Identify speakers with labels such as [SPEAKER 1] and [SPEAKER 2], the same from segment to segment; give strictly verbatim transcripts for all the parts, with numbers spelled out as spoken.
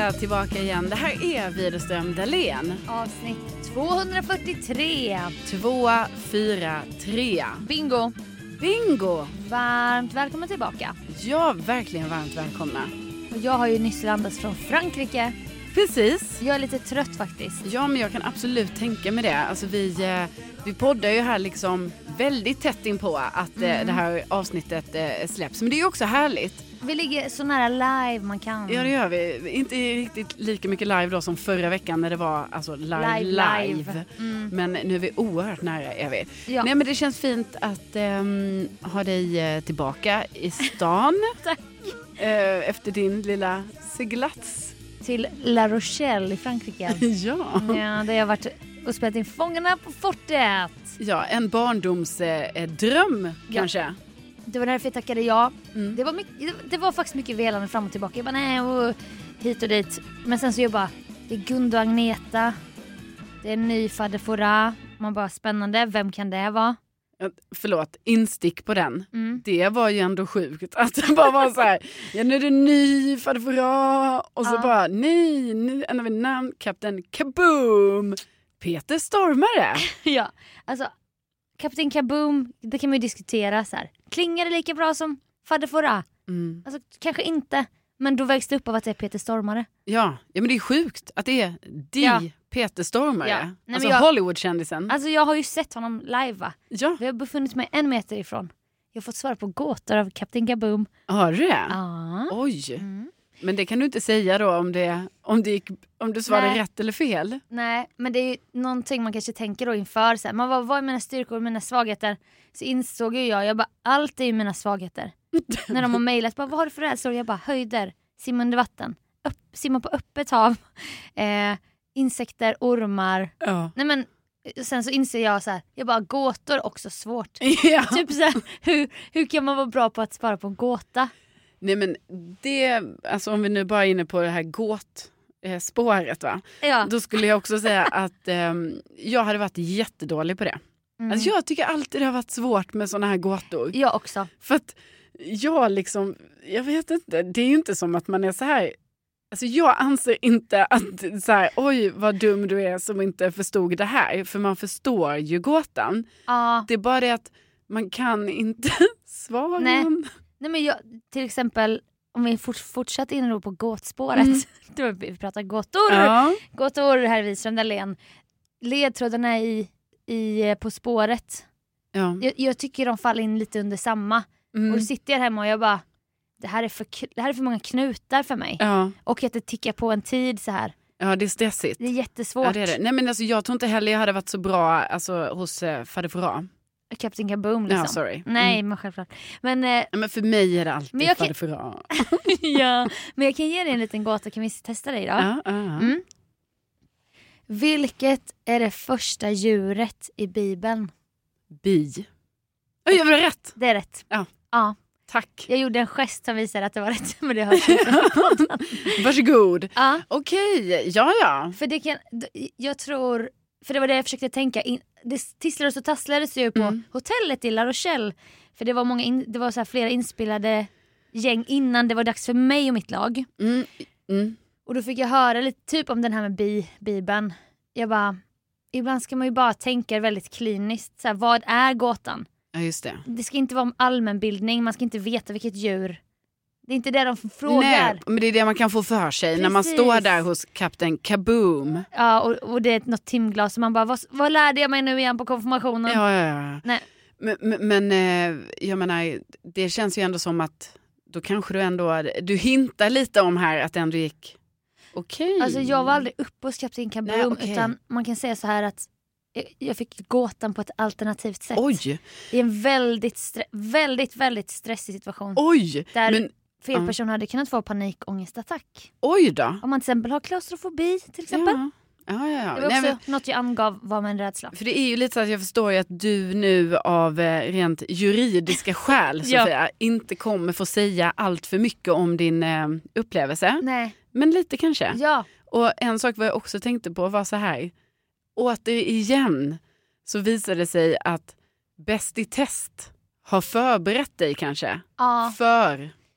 [SPEAKER 1] är tillbaka igen. Det här är Widerström Dahlén.
[SPEAKER 2] Avsnitt tvåhundrafyrtiotre.
[SPEAKER 1] två fyra tre.
[SPEAKER 2] Bingo.
[SPEAKER 1] Bingo.
[SPEAKER 2] Varmt välkommen tillbaka.
[SPEAKER 1] Ja, verkligen varmt välkomna.
[SPEAKER 2] Och jag har ju nyss landat från Frankrike.
[SPEAKER 1] Precis.
[SPEAKER 2] Jag är lite trött faktiskt.
[SPEAKER 1] Ja, men jag kan absolut tänka mig det. Alltså vi, vi poddar ju här liksom väldigt tätt in på att mm. det här avsnittet släpps. Men det är ju också härligt.
[SPEAKER 2] Vi ligger så nära live man kan.
[SPEAKER 1] Ja, det gör vi. Inte riktigt lika mycket live då som förra veckan när det var alltså live live. live. Mm. Men nu är vi oerhört nära, är vi. Ja. Nej, men det känns fint att um, ha dig tillbaka i stan.
[SPEAKER 2] Tack.
[SPEAKER 1] Uh, efter din lilla seglats.
[SPEAKER 2] Till La Rochelle i Frankrike.
[SPEAKER 1] Ja.
[SPEAKER 2] Ja, där jag har varit och spelat in Fångarna på fortet.
[SPEAKER 1] Ja, en barndomsdröm eh, kanske.
[SPEAKER 2] Ja. Det var därför jag tackade ja.
[SPEAKER 1] Mm.
[SPEAKER 2] Det var mycket, det var faktiskt mycket velande fram och tillbaka. Jag bara nej, och hit och dit. Men sen så jag bara, det är Gunde och Agneta. Det är en ny Fader Fouras. Man bara, spännande, vem kan det vara?
[SPEAKER 1] Förlåt, instick på den.
[SPEAKER 2] Mm.
[SPEAKER 1] Det var ju ändå sjukt att det bara var så här, ja, nu är det ny Fader Fouras och så ja. bara, nej, nu ändrar vi namn, Kapten Kaboom, Peter Stormare.
[SPEAKER 2] Ja, alltså Kapten Kaboom, det kan man ju diskutera så här. Klingar det lika bra som Fader Fouras?
[SPEAKER 1] Mm.
[SPEAKER 2] Alltså kanske inte, men då vägs det upp av att det är Peter Stormare.
[SPEAKER 1] Ja, ja men det är sjukt att det är de ja. Peter Stormare. Ja. Nej, alltså jag, Hollywood-kändisen.
[SPEAKER 2] Alltså jag har ju sett honom live, va?
[SPEAKER 1] Ja.
[SPEAKER 2] Vi har befunnit mig en meter ifrån. Jag har fått svara på gåtor av Kapten Kaboom.
[SPEAKER 1] Har du det?
[SPEAKER 2] Ja.
[SPEAKER 1] Oj.
[SPEAKER 2] Mm.
[SPEAKER 1] Men det kan du inte säga då om, det, om, det gick, om du svarade Nej. rätt eller fel.
[SPEAKER 2] Nej, men det är ju någonting man kanske tänker då inför. Så här, man var, vad är mina styrkor och mina svagheter? Så insåg ju jag, jag bara, allt är ju mina svagheter. När de har mejlat, bara, vad har du för rädsla? Jag bara, höjder, simma under vatten, upp, simma på öppet hav, eh, insekter, ormar.
[SPEAKER 1] Ja.
[SPEAKER 2] Nej men, sen så inser jag så här, jag bara, gåtor också svårt.
[SPEAKER 1] Ja.
[SPEAKER 2] Typ så här, hur, hur kan man vara bra på att svara på en gåta?
[SPEAKER 1] Nej men det, alltså om vi nu bara är inne på det här gåt eh, spåret va.
[SPEAKER 2] Ja.
[SPEAKER 1] Då skulle jag också säga att eh, jag hade varit jättedålig på det. Mm. Alltså jag tycker alltid det har varit svårt med såna här gåtor.
[SPEAKER 2] Jag också.
[SPEAKER 1] För att jag liksom, jag vet inte, det är ju inte som att man är så här. Alltså jag anser inte att så här, oj vad dum du är som inte förstod det här. För man förstår ju gåtan.
[SPEAKER 2] Ja.
[SPEAKER 1] Det är bara det att man kan inte svara.
[SPEAKER 2] Nej. Nej men jag, till exempel om vi fort, fortsätter in på gåtspåret. Mm. Då vi pratar gåtor.
[SPEAKER 1] Ja.
[SPEAKER 2] Gåtor här i Widerström Dahlén. Ledtrådarna i, i På spåret.
[SPEAKER 1] Ja.
[SPEAKER 2] Jag, jag tycker de faller in lite under samma. Mm. Och då sitter jag hemma och jag bara, det här är för, det här är för många knutar för mig.
[SPEAKER 1] Ja.
[SPEAKER 2] Och att det tickar på en tid så här.
[SPEAKER 1] Ja, det är stressigt.
[SPEAKER 2] Det är jättesvårt.
[SPEAKER 1] Ja, det är det. Nej men alltså jag tror inte heller jag hade varit så bra alltså, hos uh, Fader Fouras.
[SPEAKER 2] Kapten Kaboom liksom.
[SPEAKER 1] Ja, sorry.
[SPEAKER 2] Nej,
[SPEAKER 1] mm.
[SPEAKER 2] men självklart. Men, eh,
[SPEAKER 1] ja, men för mig är det alltid
[SPEAKER 2] kan...
[SPEAKER 1] Fader Fouras.
[SPEAKER 2] Ja, men jag kan ge dig en liten gåta. Kan vi testa dig då?
[SPEAKER 1] Ja, ja, ja.
[SPEAKER 2] Mm. Vilket är det första djuret i Bibeln?
[SPEAKER 1] Bi. Oj, jag var rätt.
[SPEAKER 2] Det är rätt.
[SPEAKER 1] Ja.
[SPEAKER 2] Ja.
[SPEAKER 1] Tack.
[SPEAKER 2] Jag gjorde en gest som visade att det var rätt. Men det hörs inte.
[SPEAKER 1] Varsågod.
[SPEAKER 2] Ja.
[SPEAKER 1] Okej, ja ja.
[SPEAKER 2] För det kan, jag tror, för det var det jag försökte tänka. Det tisslades och tasslades ju på mm. hotellet i La Rochelle. För det var, många in, det var så här flera inspelade gäng innan det var dags för mig och mitt lag.
[SPEAKER 1] Mm. Mm.
[SPEAKER 2] Och då fick jag höra lite typ om den här med bi, Bibeln. Jag bara, ibland ska man ju bara tänka väldigt kliniskt. Så här, vad är gåtan?
[SPEAKER 1] Ja, just det.
[SPEAKER 2] Det ska inte vara om allmänbildning. Man ska inte veta vilket djur. Det är inte det de frågar.
[SPEAKER 1] Nej, men det är det man kan få för sig. Precis. När man står där hos Kapten Kaboom.
[SPEAKER 2] Ja, och, och det är något timglas. Och man bara, vad, vad lärde jag mig nu igen på konfirmationen?
[SPEAKER 1] Ja, ja, ja.
[SPEAKER 2] Nej.
[SPEAKER 1] Men, men, men jag menar, det känns ju ändå som att då kanske du ändå, du hintar lite om här att det ändå gick okej. Okay.
[SPEAKER 2] Alltså jag var aldrig uppe hos Kapten Kaboom. Nej, okay. Utan man kan säga så här att jag fick gåtan på ett alternativt sätt.
[SPEAKER 1] Oj.
[SPEAKER 2] I en väldigt, stre- väldigt, väldigt stressig situation.
[SPEAKER 1] Oj.
[SPEAKER 2] Där
[SPEAKER 1] men,
[SPEAKER 2] fel uh. person hade kunnat få panikångestattack.
[SPEAKER 1] Oj då.
[SPEAKER 2] Om man till exempel har klaustrofobi till exempel.
[SPEAKER 1] Ja. Ja, ja, ja.
[SPEAKER 2] Det var också
[SPEAKER 1] Nej, men,
[SPEAKER 2] något jag angav var med en rädsla.
[SPEAKER 1] För det är ju lite så att jag förstår ju att du nu av eh, rent juridiska skäl så
[SPEAKER 2] ja.
[SPEAKER 1] att säga, inte kommer få säga allt för mycket om din eh, upplevelse.
[SPEAKER 2] Nej.
[SPEAKER 1] Men lite kanske.
[SPEAKER 2] Ja.
[SPEAKER 1] Och en sak vad jag också tänkte på var så här. Återigen så visade det sig att Bäst i test har förberett dig kanske
[SPEAKER 2] ja.
[SPEAKER 1] för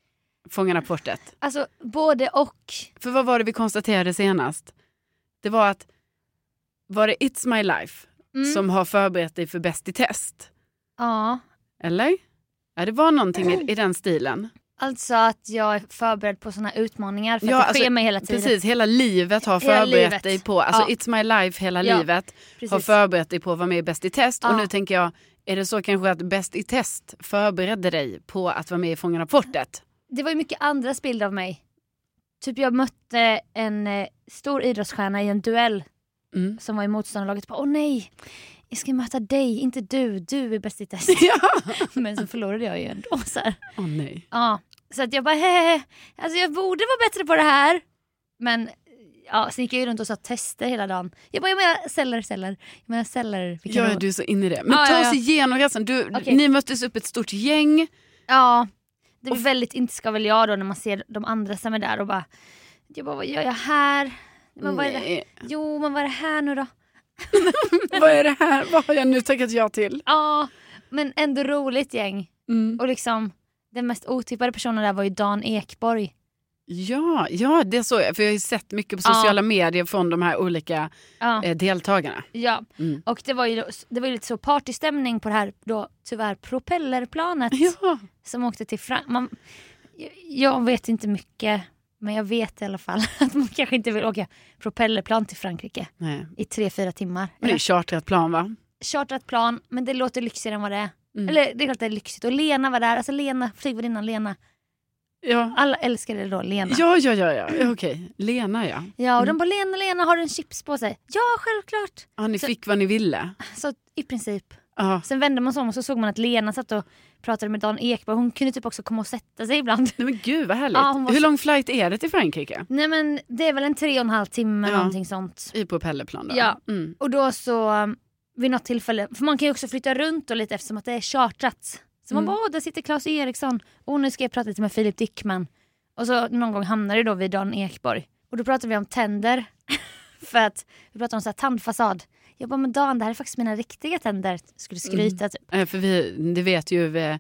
[SPEAKER 1] Fångarna på fortet?
[SPEAKER 2] Alltså både och.
[SPEAKER 1] För vad var det vi konstaterade senast? Det var att var det It's My Life mm. som har förberett dig för Bäst i test?
[SPEAKER 2] Ja.
[SPEAKER 1] Eller? Ja, det var någonting i, i den stilen.
[SPEAKER 2] Alltså att jag är förberedd på såna utmaningar för
[SPEAKER 1] ja,
[SPEAKER 2] att det
[SPEAKER 1] alltså,
[SPEAKER 2] sker mig hela tiden.
[SPEAKER 1] Precis, hela livet har
[SPEAKER 2] hela
[SPEAKER 1] förberett
[SPEAKER 2] livet.
[SPEAKER 1] dig på, alltså
[SPEAKER 2] ja.
[SPEAKER 1] It's My Life hela
[SPEAKER 2] ja,
[SPEAKER 1] livet
[SPEAKER 2] precis.
[SPEAKER 1] har förberett dig på att vara med i Bäst i test.
[SPEAKER 2] Ja.
[SPEAKER 1] Och nu tänker jag, är det så kanske att Bäst i test förberedde dig på att vara med i Fångarna på fortet?
[SPEAKER 2] Det var ju mycket andra bilder av mig. Typ jag mötte en eh, stor idrottsstjärna i en duell mm. som var i motståndarlaget. Åh nej, jag ska möta dig, inte du. Du är Bäst i test.
[SPEAKER 1] Ja.
[SPEAKER 2] Men så förlorade jag ju ändå. Så här.
[SPEAKER 1] Åh nej.
[SPEAKER 2] Ja, så att jag bara, hehe, alltså jag borde vara bättre på det här. Men ja, sen gick jag ju runt och sa tester hela dagen. Jag bara, jag menar celler, celler. Jag menar celler.
[SPEAKER 1] Ja,
[SPEAKER 2] då...
[SPEAKER 1] du är så inne i det. Men
[SPEAKER 2] ja,
[SPEAKER 1] ta
[SPEAKER 2] ja,
[SPEAKER 1] oss
[SPEAKER 2] ja.
[SPEAKER 1] igenom resten. Du,
[SPEAKER 2] okay.
[SPEAKER 1] Ni möttes upp ett stort gäng.
[SPEAKER 2] Ja, det var väldigt inte ska väl jag då när man ser de andra som är där och bara, jag bara, vad gör jag här? Men vad är det? Jo, men vad är det här nu då?
[SPEAKER 1] Vad är det här? Vad har jag nu tackat jag till?
[SPEAKER 2] Ja, men ändå roligt gäng.
[SPEAKER 1] Mm.
[SPEAKER 2] Och liksom, den mest otippade personen där var ju Dan Ekborg.
[SPEAKER 1] Ja, ja, det såg jag. För jag har ju sett mycket på sociala ja. medier från de här olika ja. eh, deltagarna.
[SPEAKER 2] Ja, mm. och det var, ju, det var ju lite så partystämning på det här då, tyvärr propellerplanet
[SPEAKER 1] ja.
[SPEAKER 2] som åkte till Frank. Man, jag vet inte mycket, men jag vet i alla fall att man kanske inte vill åka propellerplan till Frankrike Nej. i tre, fyra timmar.
[SPEAKER 1] Men det är chartrat plan, va?
[SPEAKER 2] Chartrat plan, men det låter lyxigare än vad det är. Mm. Eller det är klart det är lyxigt. Och Lena var där, alltså Lena, flygvärdinnan Lena.
[SPEAKER 1] Ja.
[SPEAKER 2] Alla älskade då Lena.
[SPEAKER 1] Ja, ja, ja, ja. ja okej. Lena, ja.
[SPEAKER 2] Ja, och
[SPEAKER 1] mm.
[SPEAKER 2] de bara, Lena, Lena, har du en chips på sig? Ja, självklart.
[SPEAKER 1] Ja, ni
[SPEAKER 2] så,
[SPEAKER 1] fick vad ni ville.
[SPEAKER 2] Så i princip.
[SPEAKER 1] Aha.
[SPEAKER 2] Sen vände man sig om och så såg man att Lena satt och pratade med Dan Ekborg. Hon kunde typ också komma och sätta sig ibland.
[SPEAKER 1] Nej men gud, vad härligt.
[SPEAKER 2] Ja,
[SPEAKER 1] Hur lång flight är det till Frankrike?
[SPEAKER 2] Nej men det är väl en tre och en halv timme ja. någonting sånt.
[SPEAKER 1] I propellerplan då?
[SPEAKER 2] Ja,
[SPEAKER 1] mm.
[SPEAKER 2] och då så vid något tillfälle, för man kan ju också flytta runt och lite eftersom att det är chartrat. Så man mm. bara, där sitter Claes Eriksson. Och nu ska jag prata lite med Filip Dickman. Och så någon gång hamnar det då vid Dan Ekborg. Och då pratar vi om tänder. För att vi pratar om så här tandfasad. Jag bara, men Dan, det här är faktiskt mina riktiga tänder. Skulle skryta typ.
[SPEAKER 1] Mm. För vi, det vet ju eh,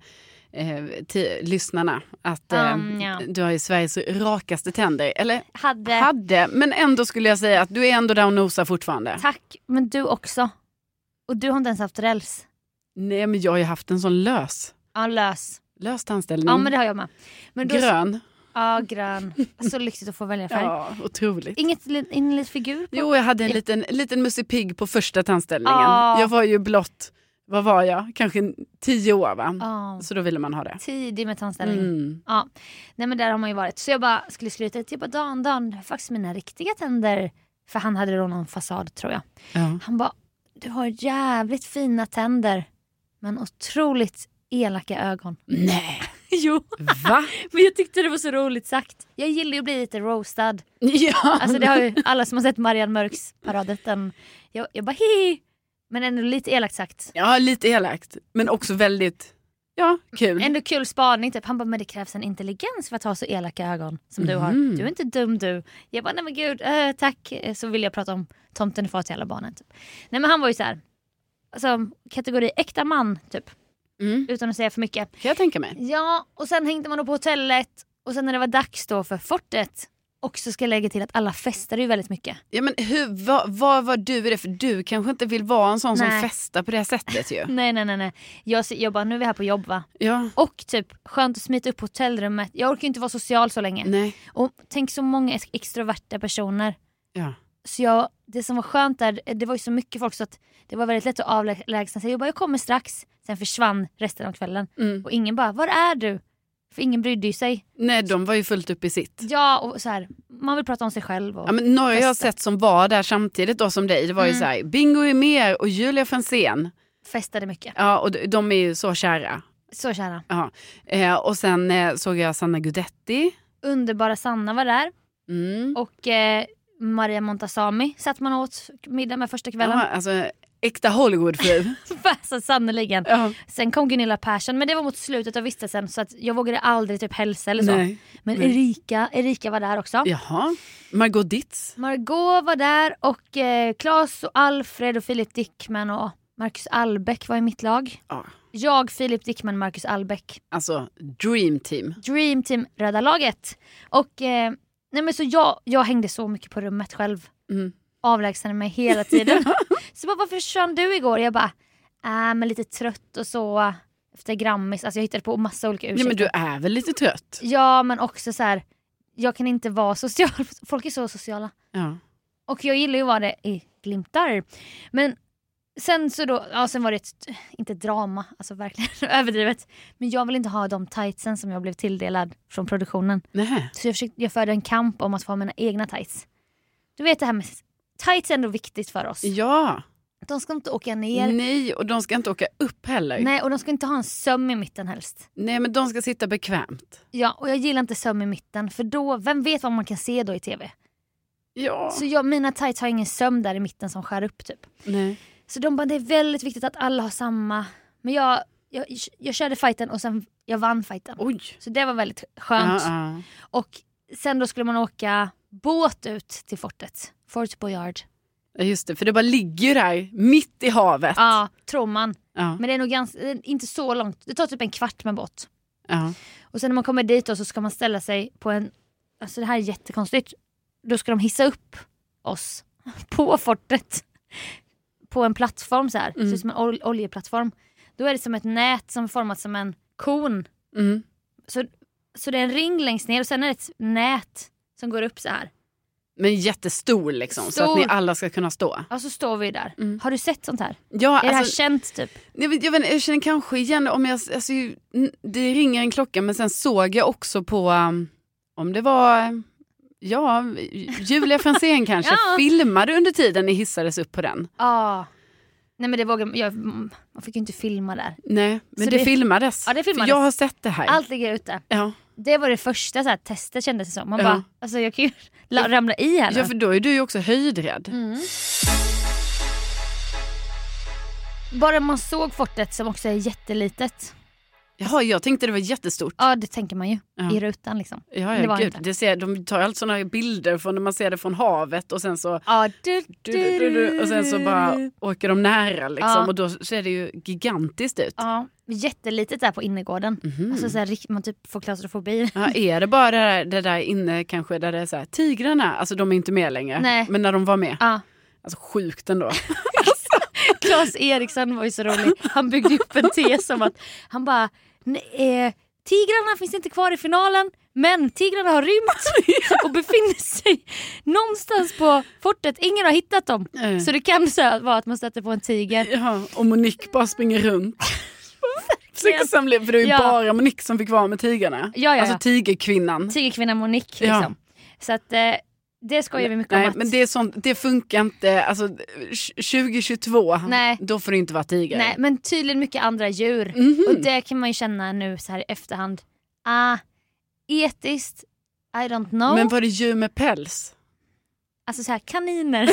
[SPEAKER 1] till lyssnarna att eh, um, ja. du har ju Sveriges rakaste tänder. Eller
[SPEAKER 2] hade.
[SPEAKER 1] hade. Men ändå skulle jag säga att du är ändå där och nosar fortfarande.
[SPEAKER 2] Tack, men du också. Och du har inte ens haft räls.
[SPEAKER 1] Nej, men jag har ju haft en sån lös.
[SPEAKER 2] Ja, lös.
[SPEAKER 1] Lös tandställning.
[SPEAKER 2] Ja, men det har jag med. Men då,
[SPEAKER 1] grön.
[SPEAKER 2] Ja, grön. Så lyxigt att få välja färg.
[SPEAKER 1] Ja, otroligt.
[SPEAKER 2] Inget ingen liten figur på?
[SPEAKER 1] Jo, jag hade en ja. liten, liten Musse Pigg på första tandställningen.
[SPEAKER 2] Ja.
[SPEAKER 1] Jag var ju blott, vad var jag? Kanske tio år, va?
[SPEAKER 2] Ja.
[SPEAKER 1] Så då ville man ha det.
[SPEAKER 2] Tidig med tandställningen.
[SPEAKER 1] Mm.
[SPEAKER 2] Ja. Nej, men där har man ju varit. Så jag bara skulle skryta. Jag bara, Dan, Dan, det är faktiskt mina riktiga tänder. För han hade då någon fasad, tror jag.
[SPEAKER 1] Ja.
[SPEAKER 2] Han bara, du har jävligt fina tänder. Men otroligt elaka ögon.
[SPEAKER 1] Nej.
[SPEAKER 2] Jo.
[SPEAKER 1] Va?
[SPEAKER 2] Men jag tyckte det var så roligt sagt. Jag gillar ju att bli lite roastad.
[SPEAKER 1] Ja.
[SPEAKER 2] Alltså det har ju alla som har sett Marianne Mörks paradetten. Jag, jag bara hihi. Men ändå lite elakt sagt.
[SPEAKER 1] Ja, lite elakt. Men också väldigt, ja, kul.
[SPEAKER 2] Ändå kul spaning typ. Han bara, men det krävs en intelligens för att ha så elaka ögon som
[SPEAKER 1] mm.
[SPEAKER 2] du har. Du är inte dum du. Jag bara, nej men gud, äh, tack. Så vill jag prata om tomten är far till alla barnen typ. Nej men han var ju så här. Alltså kategori äkta man typ. Mm. Utan att säga för mycket.
[SPEAKER 1] Kan jag tänka mig.
[SPEAKER 2] Ja, och sen hängde man då på hotellet. Och sen när det var dags då för fortet. Och så ska jag lägga till att alla festade ju väldigt mycket.
[SPEAKER 1] Ja, men hur, vad, vad var du i det? För du kanske inte vill vara en sån nej. som festar på det sättet ju.
[SPEAKER 2] nej, nej, nej. nej. Jag, jag bara, nu är vi här på jobb va?
[SPEAKER 1] Ja.
[SPEAKER 2] Och typ skönt att smita upp på hotellrummet. Jag orkar ju inte vara social så länge.
[SPEAKER 1] Nej.
[SPEAKER 2] Och tänk så många extroverta personer.
[SPEAKER 1] Ja.
[SPEAKER 2] Så jag, det som var skönt där, det var ju så mycket folk så att det var väldigt lätt att avlägsna sig. Jag bara, jag kommer strax. Sen försvann resten av kvällen. Mm. Och ingen bara, var är du? För ingen brydde ju sig.
[SPEAKER 1] Nej, de var ju fullt upp i sitt.
[SPEAKER 2] Ja, och så här, man vill prata om sig själv. Och
[SPEAKER 1] ja, men några jag har sett som var där samtidigt då som dig. Det var mm. ju så här, Bingo är med och Julia Franzén.
[SPEAKER 2] Festade mycket.
[SPEAKER 1] Ja, och de är ju så kära.
[SPEAKER 2] Så kära.
[SPEAKER 1] Ja. Eh, och sen eh, såg jag Sanna Gudetti.
[SPEAKER 2] Underbara Sanna var där.
[SPEAKER 1] Mm.
[SPEAKER 2] Och eh, Maria Montazami satt man åt middag med första kvällen.
[SPEAKER 1] Ja, alltså äkta Hollywoodfru.
[SPEAKER 2] Så sannoliken. Ja. Sen kom Gunilla Persson, men det var mot slutet av vistelsen så att jag vågade aldrig typ hälsa eller så.
[SPEAKER 1] Nej.
[SPEAKER 2] Men
[SPEAKER 1] Nej.
[SPEAKER 2] Erika, Erika var där också.
[SPEAKER 1] Jaha. Margot Ditz.
[SPEAKER 2] Margot var där och eh, Claes och Alfred och Filip Dickman och Marcus Albeck var i mitt lag.
[SPEAKER 1] Ja.
[SPEAKER 2] Jag, Filip Dickman, Marcus Albeck.
[SPEAKER 1] Alltså, dream team.
[SPEAKER 2] Dream team, Röda laget. Och eh, nej men så jag, jag hängde så mycket på rummet själv.
[SPEAKER 1] Mm.
[SPEAKER 2] Avlägsnade mig hela tiden. Så bara, varför försvann du igår? Jag bara, äh, men lite trött och så. Efter Grammis, alltså jag hittade på massa olika ursäkter.
[SPEAKER 1] Ja, men du är väl lite trött?
[SPEAKER 2] Ja, men också så här, jag kan inte vara social. Folk är så sociala.
[SPEAKER 1] Ja.
[SPEAKER 2] Och jag gillar ju att vara det i glimtar. Men sen så då, ja sen var det ett, inte drama, alltså verkligen överdrivet. Men jag vill inte ha de tightsen som jag blev tilldelad från produktionen.
[SPEAKER 1] Nej.
[SPEAKER 2] Så jag försökte, jag förde en kamp om att få mina egna tights. Du vet det här med tights är ändå viktigt för oss.
[SPEAKER 1] Ja.
[SPEAKER 2] De ska inte åka ner.
[SPEAKER 1] Nej, och de ska inte åka upp heller.
[SPEAKER 2] Nej, och de ska inte ha en söm i mitten helst.
[SPEAKER 1] Nej, men de ska sitta bekvämt.
[SPEAKER 2] Ja, och jag gillar inte söm i mitten. För då, vem vet vad man kan se då i tv?
[SPEAKER 1] Ja.
[SPEAKER 2] Så jag, mina tights har ingen söm där i mitten som skär upp typ.
[SPEAKER 1] Nej.
[SPEAKER 2] Så de bara, det är väldigt viktigt att alla har samma. Men jag, jag, jag körde fighten och sen jag vann fighten.
[SPEAKER 1] Oj.
[SPEAKER 2] Så det var väldigt skönt.
[SPEAKER 1] Ja, ja.
[SPEAKER 2] Och sen då skulle man åka båt ut till fortet. Fort Boyard.
[SPEAKER 1] Ja, just det, för det bara ligger ju där mitt i havet.
[SPEAKER 2] Ja, tror man.
[SPEAKER 1] Ja.
[SPEAKER 2] Men det är nog ganska, inte så långt. Det tar typ en kvart med båt.
[SPEAKER 1] Ja.
[SPEAKER 2] Och sen när man kommer dit då, så ska man ställa sig på en, alltså det här är jättekonstigt. Då ska de hissa upp oss på fortet. På en plattform så här.
[SPEAKER 1] Mm.
[SPEAKER 2] Så som en ol- oljeplattform. Då är det som ett nät som format som en kon.
[SPEAKER 1] Mm.
[SPEAKER 2] Så, så det är en ring längst ner och sen är det ett nät som går upp så här.
[SPEAKER 1] Men jättestor liksom,
[SPEAKER 2] Stor.
[SPEAKER 1] så att ni alla ska kunna stå.
[SPEAKER 2] Och så står vi där.
[SPEAKER 1] Mm.
[SPEAKER 2] Har du sett sånt här?
[SPEAKER 1] Ja,
[SPEAKER 2] Är det här
[SPEAKER 1] alltså,
[SPEAKER 2] känt typ?
[SPEAKER 1] jag, vet, jag, vet, jag känner kanske igen om jag, alltså, det ringer en klocka, men sen såg jag också på, um, om det var, ja, Julia Franzén kanske,
[SPEAKER 2] Ja.
[SPEAKER 1] filmade under tiden ni hissades upp på den.
[SPEAKER 2] Ja. Nej men det vågar jag, man fick ju inte filma där.
[SPEAKER 1] Nej, men
[SPEAKER 2] Så
[SPEAKER 1] det,
[SPEAKER 2] det-
[SPEAKER 1] filmades.
[SPEAKER 2] Ja, det filmades.
[SPEAKER 1] För jag har sett det här.
[SPEAKER 2] Allt ligger ute.
[SPEAKER 1] Ja.
[SPEAKER 2] Det var det första så här, testet kändes det som. Man
[SPEAKER 1] Ja.
[SPEAKER 2] bara, alltså jag kan ju la- ramla i här nu.
[SPEAKER 1] Ja, för då är du ju också höjdrädd.
[SPEAKER 2] Mm. Bara man såg fortet som också är jättelitet.
[SPEAKER 1] Jaha, jag tänkte det var jättestort.
[SPEAKER 2] Ja, det tänker man ju.
[SPEAKER 1] Ja.
[SPEAKER 2] I rutan liksom.
[SPEAKER 1] Ja,
[SPEAKER 2] det
[SPEAKER 1] ja
[SPEAKER 2] var
[SPEAKER 1] gud.
[SPEAKER 2] inte.
[SPEAKER 1] Det ser, de tar allt såna här bilder från när man ser det från havet och sen så
[SPEAKER 2] Ja, du,
[SPEAKER 1] du, du, du, du, och sen så bara åker de nära liksom,
[SPEAKER 2] Ja.
[SPEAKER 1] och då ser det ju gigantiskt ut.
[SPEAKER 2] Ja, jättelitet där på innergården.
[SPEAKER 1] Mhm.
[SPEAKER 2] Alltså så här, rikt- man typ får klaustrofobi.
[SPEAKER 1] Ja, är det bara det där, det där inne kanske där det är så här, tigrarna, alltså de är inte med längre.
[SPEAKER 2] Nej.
[SPEAKER 1] Men när de var med,
[SPEAKER 2] Ja.
[SPEAKER 1] alltså sjukt ändå.
[SPEAKER 2] Claes Eriksson var ju så rolig. Han byggde upp en tes om att han bara, "Nej, eh, tigrarna finns inte kvar i finalen, men tigrarna har rymt och befinner sig någonstans på fortet. Ingen har hittat dem.
[SPEAKER 1] Mm.
[SPEAKER 2] Så det kan så här vara att man stöter på en tiger.
[SPEAKER 1] Ja, och Monique bara springer runt. Försöker samla, för det är ju
[SPEAKER 2] Ja.
[SPEAKER 1] bara Monique som fick vara med tigrarna.
[SPEAKER 2] Ja, ja, ja.
[SPEAKER 1] Alltså tigerkvinnan.
[SPEAKER 2] Tigerkvinnan Monique
[SPEAKER 1] Ja.
[SPEAKER 2] liksom. Så att eh, det skojar vi mycket
[SPEAKER 1] Nej,
[SPEAKER 2] om. Att,
[SPEAKER 1] men det, är sånt, det funkar inte. Alltså, tjugo tjugotvå,
[SPEAKER 2] Nej.
[SPEAKER 1] då får det inte vara tiger.
[SPEAKER 2] nej, men tydligen mycket andra djur.
[SPEAKER 1] Mhm.
[SPEAKER 2] Och det kan man ju känna nu så här i efterhand. Ah, etiskt, I don't know.
[SPEAKER 1] Men var det djur med päls?
[SPEAKER 2] Alltså så här kaniner.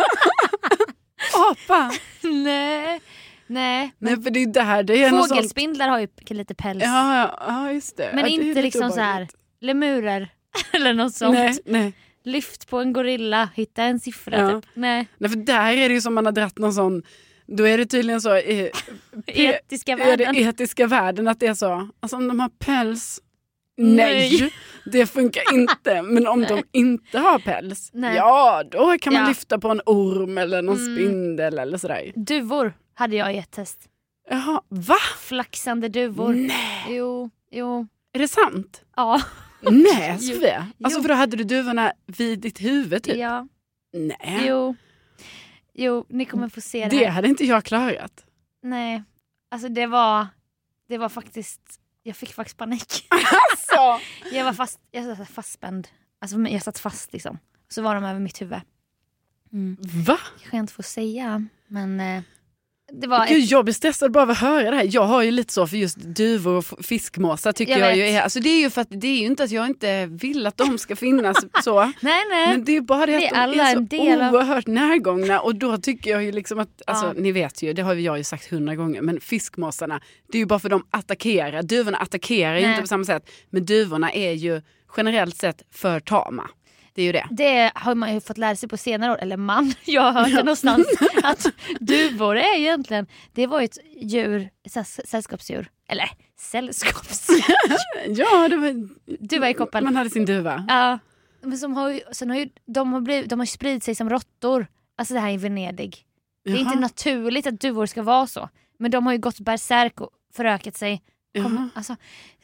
[SPEAKER 1] Apa!
[SPEAKER 2] nej, nej.
[SPEAKER 1] Nej, för det är där det är något sånt.
[SPEAKER 2] Fågelspindlar har ju lite päls.
[SPEAKER 1] Ja, ja, ja, just det.
[SPEAKER 2] Men
[SPEAKER 1] ja, det är
[SPEAKER 2] inte
[SPEAKER 1] lite
[SPEAKER 2] liksom så här
[SPEAKER 1] obehagligt.
[SPEAKER 2] lemurer eller något sånt.
[SPEAKER 1] Nej, nej.
[SPEAKER 2] Lyft på en gorilla, hitta en siffra
[SPEAKER 1] Ja.
[SPEAKER 2] typ. Nej.
[SPEAKER 1] nej, för där är det ju som man har dratt någon sån. Då är det tydligen så eh,
[SPEAKER 2] Etiska
[SPEAKER 1] är
[SPEAKER 2] världen.
[SPEAKER 1] det etiska världen att det är så. Alltså om de har päls,
[SPEAKER 2] Nej.
[SPEAKER 1] nej, det funkar inte. Men om de inte har päls,
[SPEAKER 2] Nej.
[SPEAKER 1] ja då kan man
[SPEAKER 2] Ja.
[SPEAKER 1] lyfta på en orm eller någon
[SPEAKER 2] Mm.
[SPEAKER 1] spindel eller sådär.
[SPEAKER 2] Duvor hade jag i ett test.
[SPEAKER 1] Jaha, va?
[SPEAKER 2] Flaxande duvor.
[SPEAKER 1] Nej.
[SPEAKER 2] Jo, jo.
[SPEAKER 1] Är det sant?
[SPEAKER 2] Ja.
[SPEAKER 1] Nej,
[SPEAKER 2] Jo.
[SPEAKER 1] Sofia. Alltså
[SPEAKER 2] Jo.
[SPEAKER 1] för då hade du duvorna vid ditt huvud typ?
[SPEAKER 2] Ja.
[SPEAKER 1] Nej,
[SPEAKER 2] Jo. Jo, ni kommer få se det,
[SPEAKER 1] det
[SPEAKER 2] här.
[SPEAKER 1] hade inte jag klarat.
[SPEAKER 2] Nej. Alltså det var det var faktiskt jag fick faktiskt panik.
[SPEAKER 1] Alltså.
[SPEAKER 2] Jag var fast jag satt fastspänd. Alltså jag satt fast liksom. Så var de över mitt huvud. Mm.
[SPEAKER 1] Va?
[SPEAKER 2] Kanske jag inte får säga, men eh, det var
[SPEAKER 1] Gud,
[SPEAKER 2] ett,
[SPEAKER 1] jag blir stressad bara av att höra det här. Jag har ju lite så för just duvor och f- fiskmåsar tycker
[SPEAKER 2] Jag
[SPEAKER 1] jag,
[SPEAKER 2] vet.
[SPEAKER 1] ju är. Alltså det är ju för att det är ju inte att jag inte vill att de ska finnas så.
[SPEAKER 2] nej nej.
[SPEAKER 1] Men det är bara det,
[SPEAKER 2] Det är
[SPEAKER 1] att de
[SPEAKER 2] alla
[SPEAKER 1] är så
[SPEAKER 2] en del av-
[SPEAKER 1] oerhört närgångna. Och då tycker jag ju liksom att, alltså
[SPEAKER 2] Ja.
[SPEAKER 1] ni vet ju, det har ju jag ju sagt hundra gånger. Men fiskmåsarna, det är ju bara för de attackerar. Duvorna attackerar ju
[SPEAKER 2] Nej.
[SPEAKER 1] inte på samma sätt. Men duvorna är ju generellt sett för tama. det är ju det.
[SPEAKER 2] Det har man ju fått lära sig på senare år. Eller man, jag har hört det ja. någonstans. Att duvor är egentligen, det var ju ett djur, ett sällskapsdjur. Eller sällskapsdjur.
[SPEAKER 1] Ja, det var,
[SPEAKER 2] du var i koppel.
[SPEAKER 1] Man hade sin duva.
[SPEAKER 2] Ja, men som har ju, sen har ju, de har blivit, de har spridit sig som råttor. Alltså det här i Venedig. Det är Jaha. inte naturligt att duvor ska vara så. Men de har ju gått berserk och förökat sig. Kom, alltså,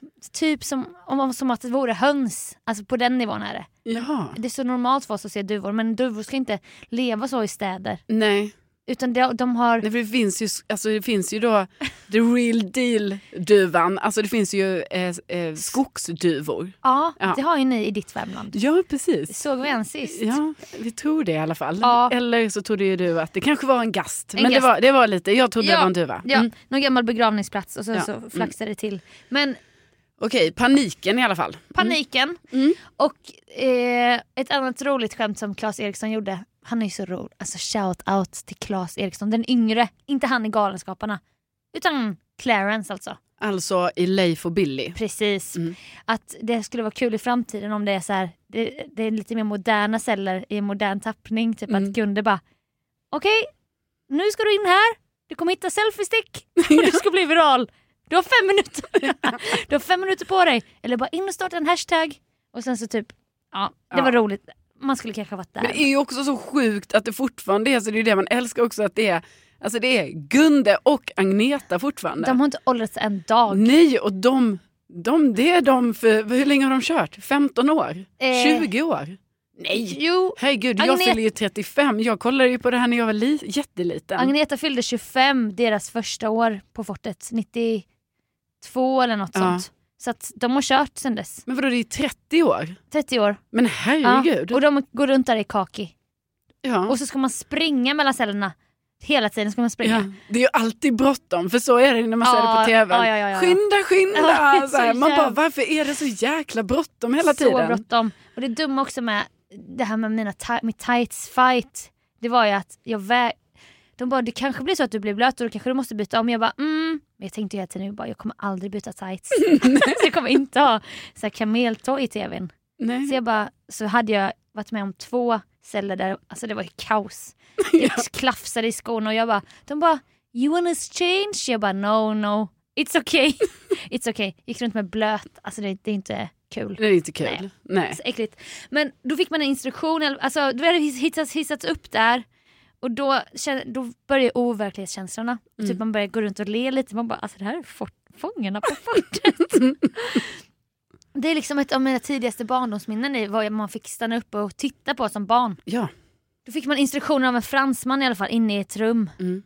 [SPEAKER 2] typ som, om, som att det vore höns. Alltså på den nivån är det.
[SPEAKER 1] Jaha.
[SPEAKER 2] Det är så normalt för oss att se duvor. Men duvor ska inte leva så i städer.
[SPEAKER 1] Nej.
[SPEAKER 2] Utan de, de har...
[SPEAKER 1] Nej, för det finns ju, alltså det finns ju då the real deal duvan. Alltså det finns ju eh, eh, skogsduvor.
[SPEAKER 2] Ja, ja, det har ju ni i ditt Värmland.
[SPEAKER 1] Ja, precis.
[SPEAKER 2] Såg vi en sist.
[SPEAKER 1] Ja, vi tror det i alla fall.
[SPEAKER 2] Ja.
[SPEAKER 1] Eller så trodde ju du att det kanske var en gast.
[SPEAKER 2] En
[SPEAKER 1] men
[SPEAKER 2] gast.
[SPEAKER 1] Det, var, det var lite, jag trodde
[SPEAKER 2] ja.
[SPEAKER 1] det var en duva.
[SPEAKER 2] Mm. Ja, någon gammal begravningsplats och så,
[SPEAKER 1] ja.
[SPEAKER 2] så flaxade det till. Men...
[SPEAKER 1] Okej, paniken i alla fall.
[SPEAKER 2] Paniken.
[SPEAKER 1] Mm.
[SPEAKER 2] Och eh, ett annat roligt skämt som Claes Eriksson gjorde. Han är ju så rolig. Alltså shout out till Claes Eriksson. Den yngre. Inte han i Galenskaparna. Utan Clarence alltså.
[SPEAKER 1] Alltså i Leif och Billy.
[SPEAKER 2] Precis.
[SPEAKER 1] Mm.
[SPEAKER 2] Att det skulle vara kul i framtiden om det är så här. Det, det är lite mer moderna celler i en modern tappning. Typ mm. att Gunde bara. Okej, okay, nu ska du in här. Du kommer hitta selfie-stick. Och du ska bli viral. Du har fem minuter. Du har fem minuter på dig. Eller bara in och starta en hashtag. Och sen så typ, ja, det ja. var roligt. Man skulle kanske ha varit där.
[SPEAKER 1] Men det är ju också så sjukt att det fortfarande är så. Det är ju det man älskar också, att det är, alltså det är Gunde och Agneta fortfarande.
[SPEAKER 2] De har inte åldrats en dag.
[SPEAKER 1] Nej, och de, de det är de för, hur länge har de kört? femton år? Eh. tjugo år? Nej,
[SPEAKER 2] jo,
[SPEAKER 1] herregud, jag fyller ju trettiofem. Jag kollade ju på det här när jag var li- jätteliten.
[SPEAKER 2] Agneta fyllde tjugofem deras första år på fortet. nittiotvå eller något ja. sånt. Så att de har kört sen dess.
[SPEAKER 1] Men vadå, det är trettio år?
[SPEAKER 2] trettio år.
[SPEAKER 1] Men herregud.
[SPEAKER 2] Ja, och de går runt där i kaki.
[SPEAKER 1] Ja.
[SPEAKER 2] Och så ska man springa mellan cellerna. Hela tiden ska man springa.
[SPEAKER 1] Ja, det är ju alltid bråttom, för så är det när man ja, ser det på tv.
[SPEAKER 2] Ja, ja, ja, ja.
[SPEAKER 1] Skynda, skynda!
[SPEAKER 2] Ja,
[SPEAKER 1] så här. Man bara, varför är det så jäkla bråttom hela
[SPEAKER 2] så
[SPEAKER 1] tiden?
[SPEAKER 2] Så bråttom. Och det är dumma också med det här med mina ta- mitt tights fight. Det var ju att jag vä- de bara, det kanske blir så att du blir blöt och då kanske du måste byta om. Jag bara, mm. Men jag tänkte ju hela tiden, jag, bara, jag kommer aldrig byta tights. Så jag kommer inte ha så här kameltå i tvn.
[SPEAKER 1] Nej.
[SPEAKER 2] Så jag bara, så hade jag varit med om två celler där, alltså det var ju kaos. Jag
[SPEAKER 1] ja.
[SPEAKER 2] klafsade i skorna och jag bara, de bara, you wanna change? Jag bara, no, no, it's okay. It's okay. Gick runt med blöt, alltså det, det är inte kul.
[SPEAKER 1] Det är inte kul. Nej. Nej.
[SPEAKER 2] Så äckligt. Men då fick man en instruktion, alltså du hade hissats, hissats upp där. Och då, då börjar overklighetskänslorna. Mm. Typ man börjar gå runt och le lite. Man bara, alltså det här är fort, fångarna på fortet. Det är liksom ett av mina tidigaste barndomsminnen i vad man fick stanna upp och titta på som barn.
[SPEAKER 1] Ja.
[SPEAKER 2] Då fick man instruktioner av en fransman i alla fall inne i ett rum.
[SPEAKER 1] Mm.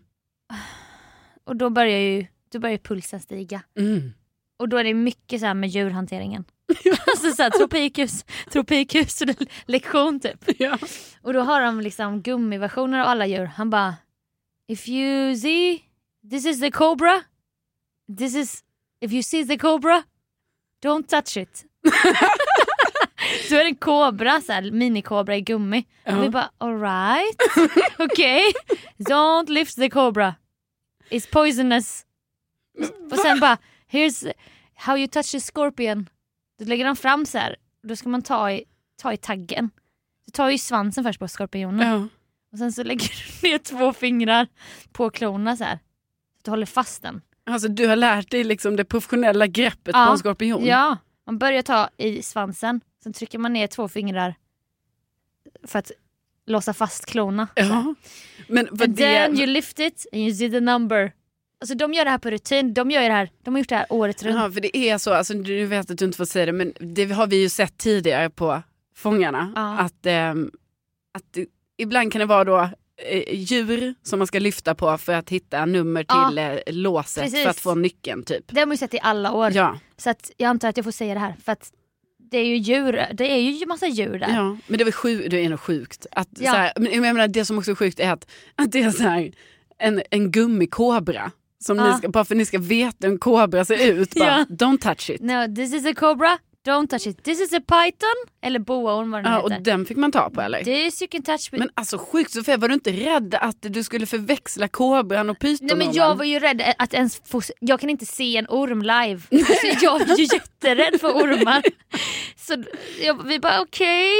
[SPEAKER 2] Och då börjar ju då börjar pulsen stiga.
[SPEAKER 1] Mm.
[SPEAKER 2] Och då är det mycket så här med djurhanteringen. Alltså så här, tropikhus, tropikhus och lektion typ.
[SPEAKER 1] Ja.
[SPEAKER 2] Och då har de liksom gummiversioner av alla djur. Han bara, if you see, this is the cobra. This is, if you see the cobra, don't touch it. Så är det en kobra, så här, minikobra i gummi. Uh-huh. Och vi bara, all right. Okej. Okay. Don't lift the cobra. It's poisonous. Och sen bara, here's how you touch a scorpion. Då lägger de fram så här. Då ska man ta i, ta i taggen. Du tar ju svansen först på skorpionen.
[SPEAKER 1] Ja.
[SPEAKER 2] Och sen så lägger du ner två fingrar på klorna så här. Så du håller fast den.
[SPEAKER 1] Alltså du har lärt dig liksom det professionella greppet
[SPEAKER 2] ja.
[SPEAKER 1] på en skorpion.
[SPEAKER 2] Ja, man börjar ta i svansen. Sen trycker man ner två fingrar för att låsa fast klorna.
[SPEAKER 1] Ja. Men vad
[SPEAKER 2] and
[SPEAKER 1] det...
[SPEAKER 2] then you lift it and you see the number. Alltså de gör det här på rutin. De gör det här. De har gjort det här året runt.
[SPEAKER 1] Ja, för det är så. Alltså, du vet att du inte får säga det. Men det har vi ju sett tidigare på Fångarna.
[SPEAKER 2] Ja.
[SPEAKER 1] Att, eh, att det, ibland kan det vara då eh, djur som man ska lyfta på för att hitta nummer till ja. eh, låset.
[SPEAKER 2] Precis.
[SPEAKER 1] För att få nyckeln typ.
[SPEAKER 2] Det har man ju sett i alla år.
[SPEAKER 1] Ja.
[SPEAKER 2] Så att jag antar att jag får säga det här. För att det är ju djur. Det är ju massa djur där.
[SPEAKER 1] Ja, men det, var sjuk, det är nog sjukt. Att,
[SPEAKER 2] ja.
[SPEAKER 1] så här, men jag menar, det som också är sjukt är att, att det är så här, en, en gummikobra. Som
[SPEAKER 2] ja.
[SPEAKER 1] ni ska, bara för att ni ska veta hur en kobra ser ut. Bara,
[SPEAKER 2] ja.
[SPEAKER 1] Don't touch it.
[SPEAKER 2] No, this is a cobra. Don't touch it. This is a python. Eller boaorm vad den
[SPEAKER 1] ja,
[SPEAKER 2] heter.
[SPEAKER 1] Och den fick man ta på eller?
[SPEAKER 2] This you can touch.
[SPEAKER 1] Men alltså sjukt Sofia, var du inte rädd att du skulle förväxla kobran och pytonormen?
[SPEAKER 2] Nej men jag var ju rädd att ens få, jag kan inte se en orm live. Alltså, jag är ju jätterädd för ormar. Så jag, vi bara okej. Okay.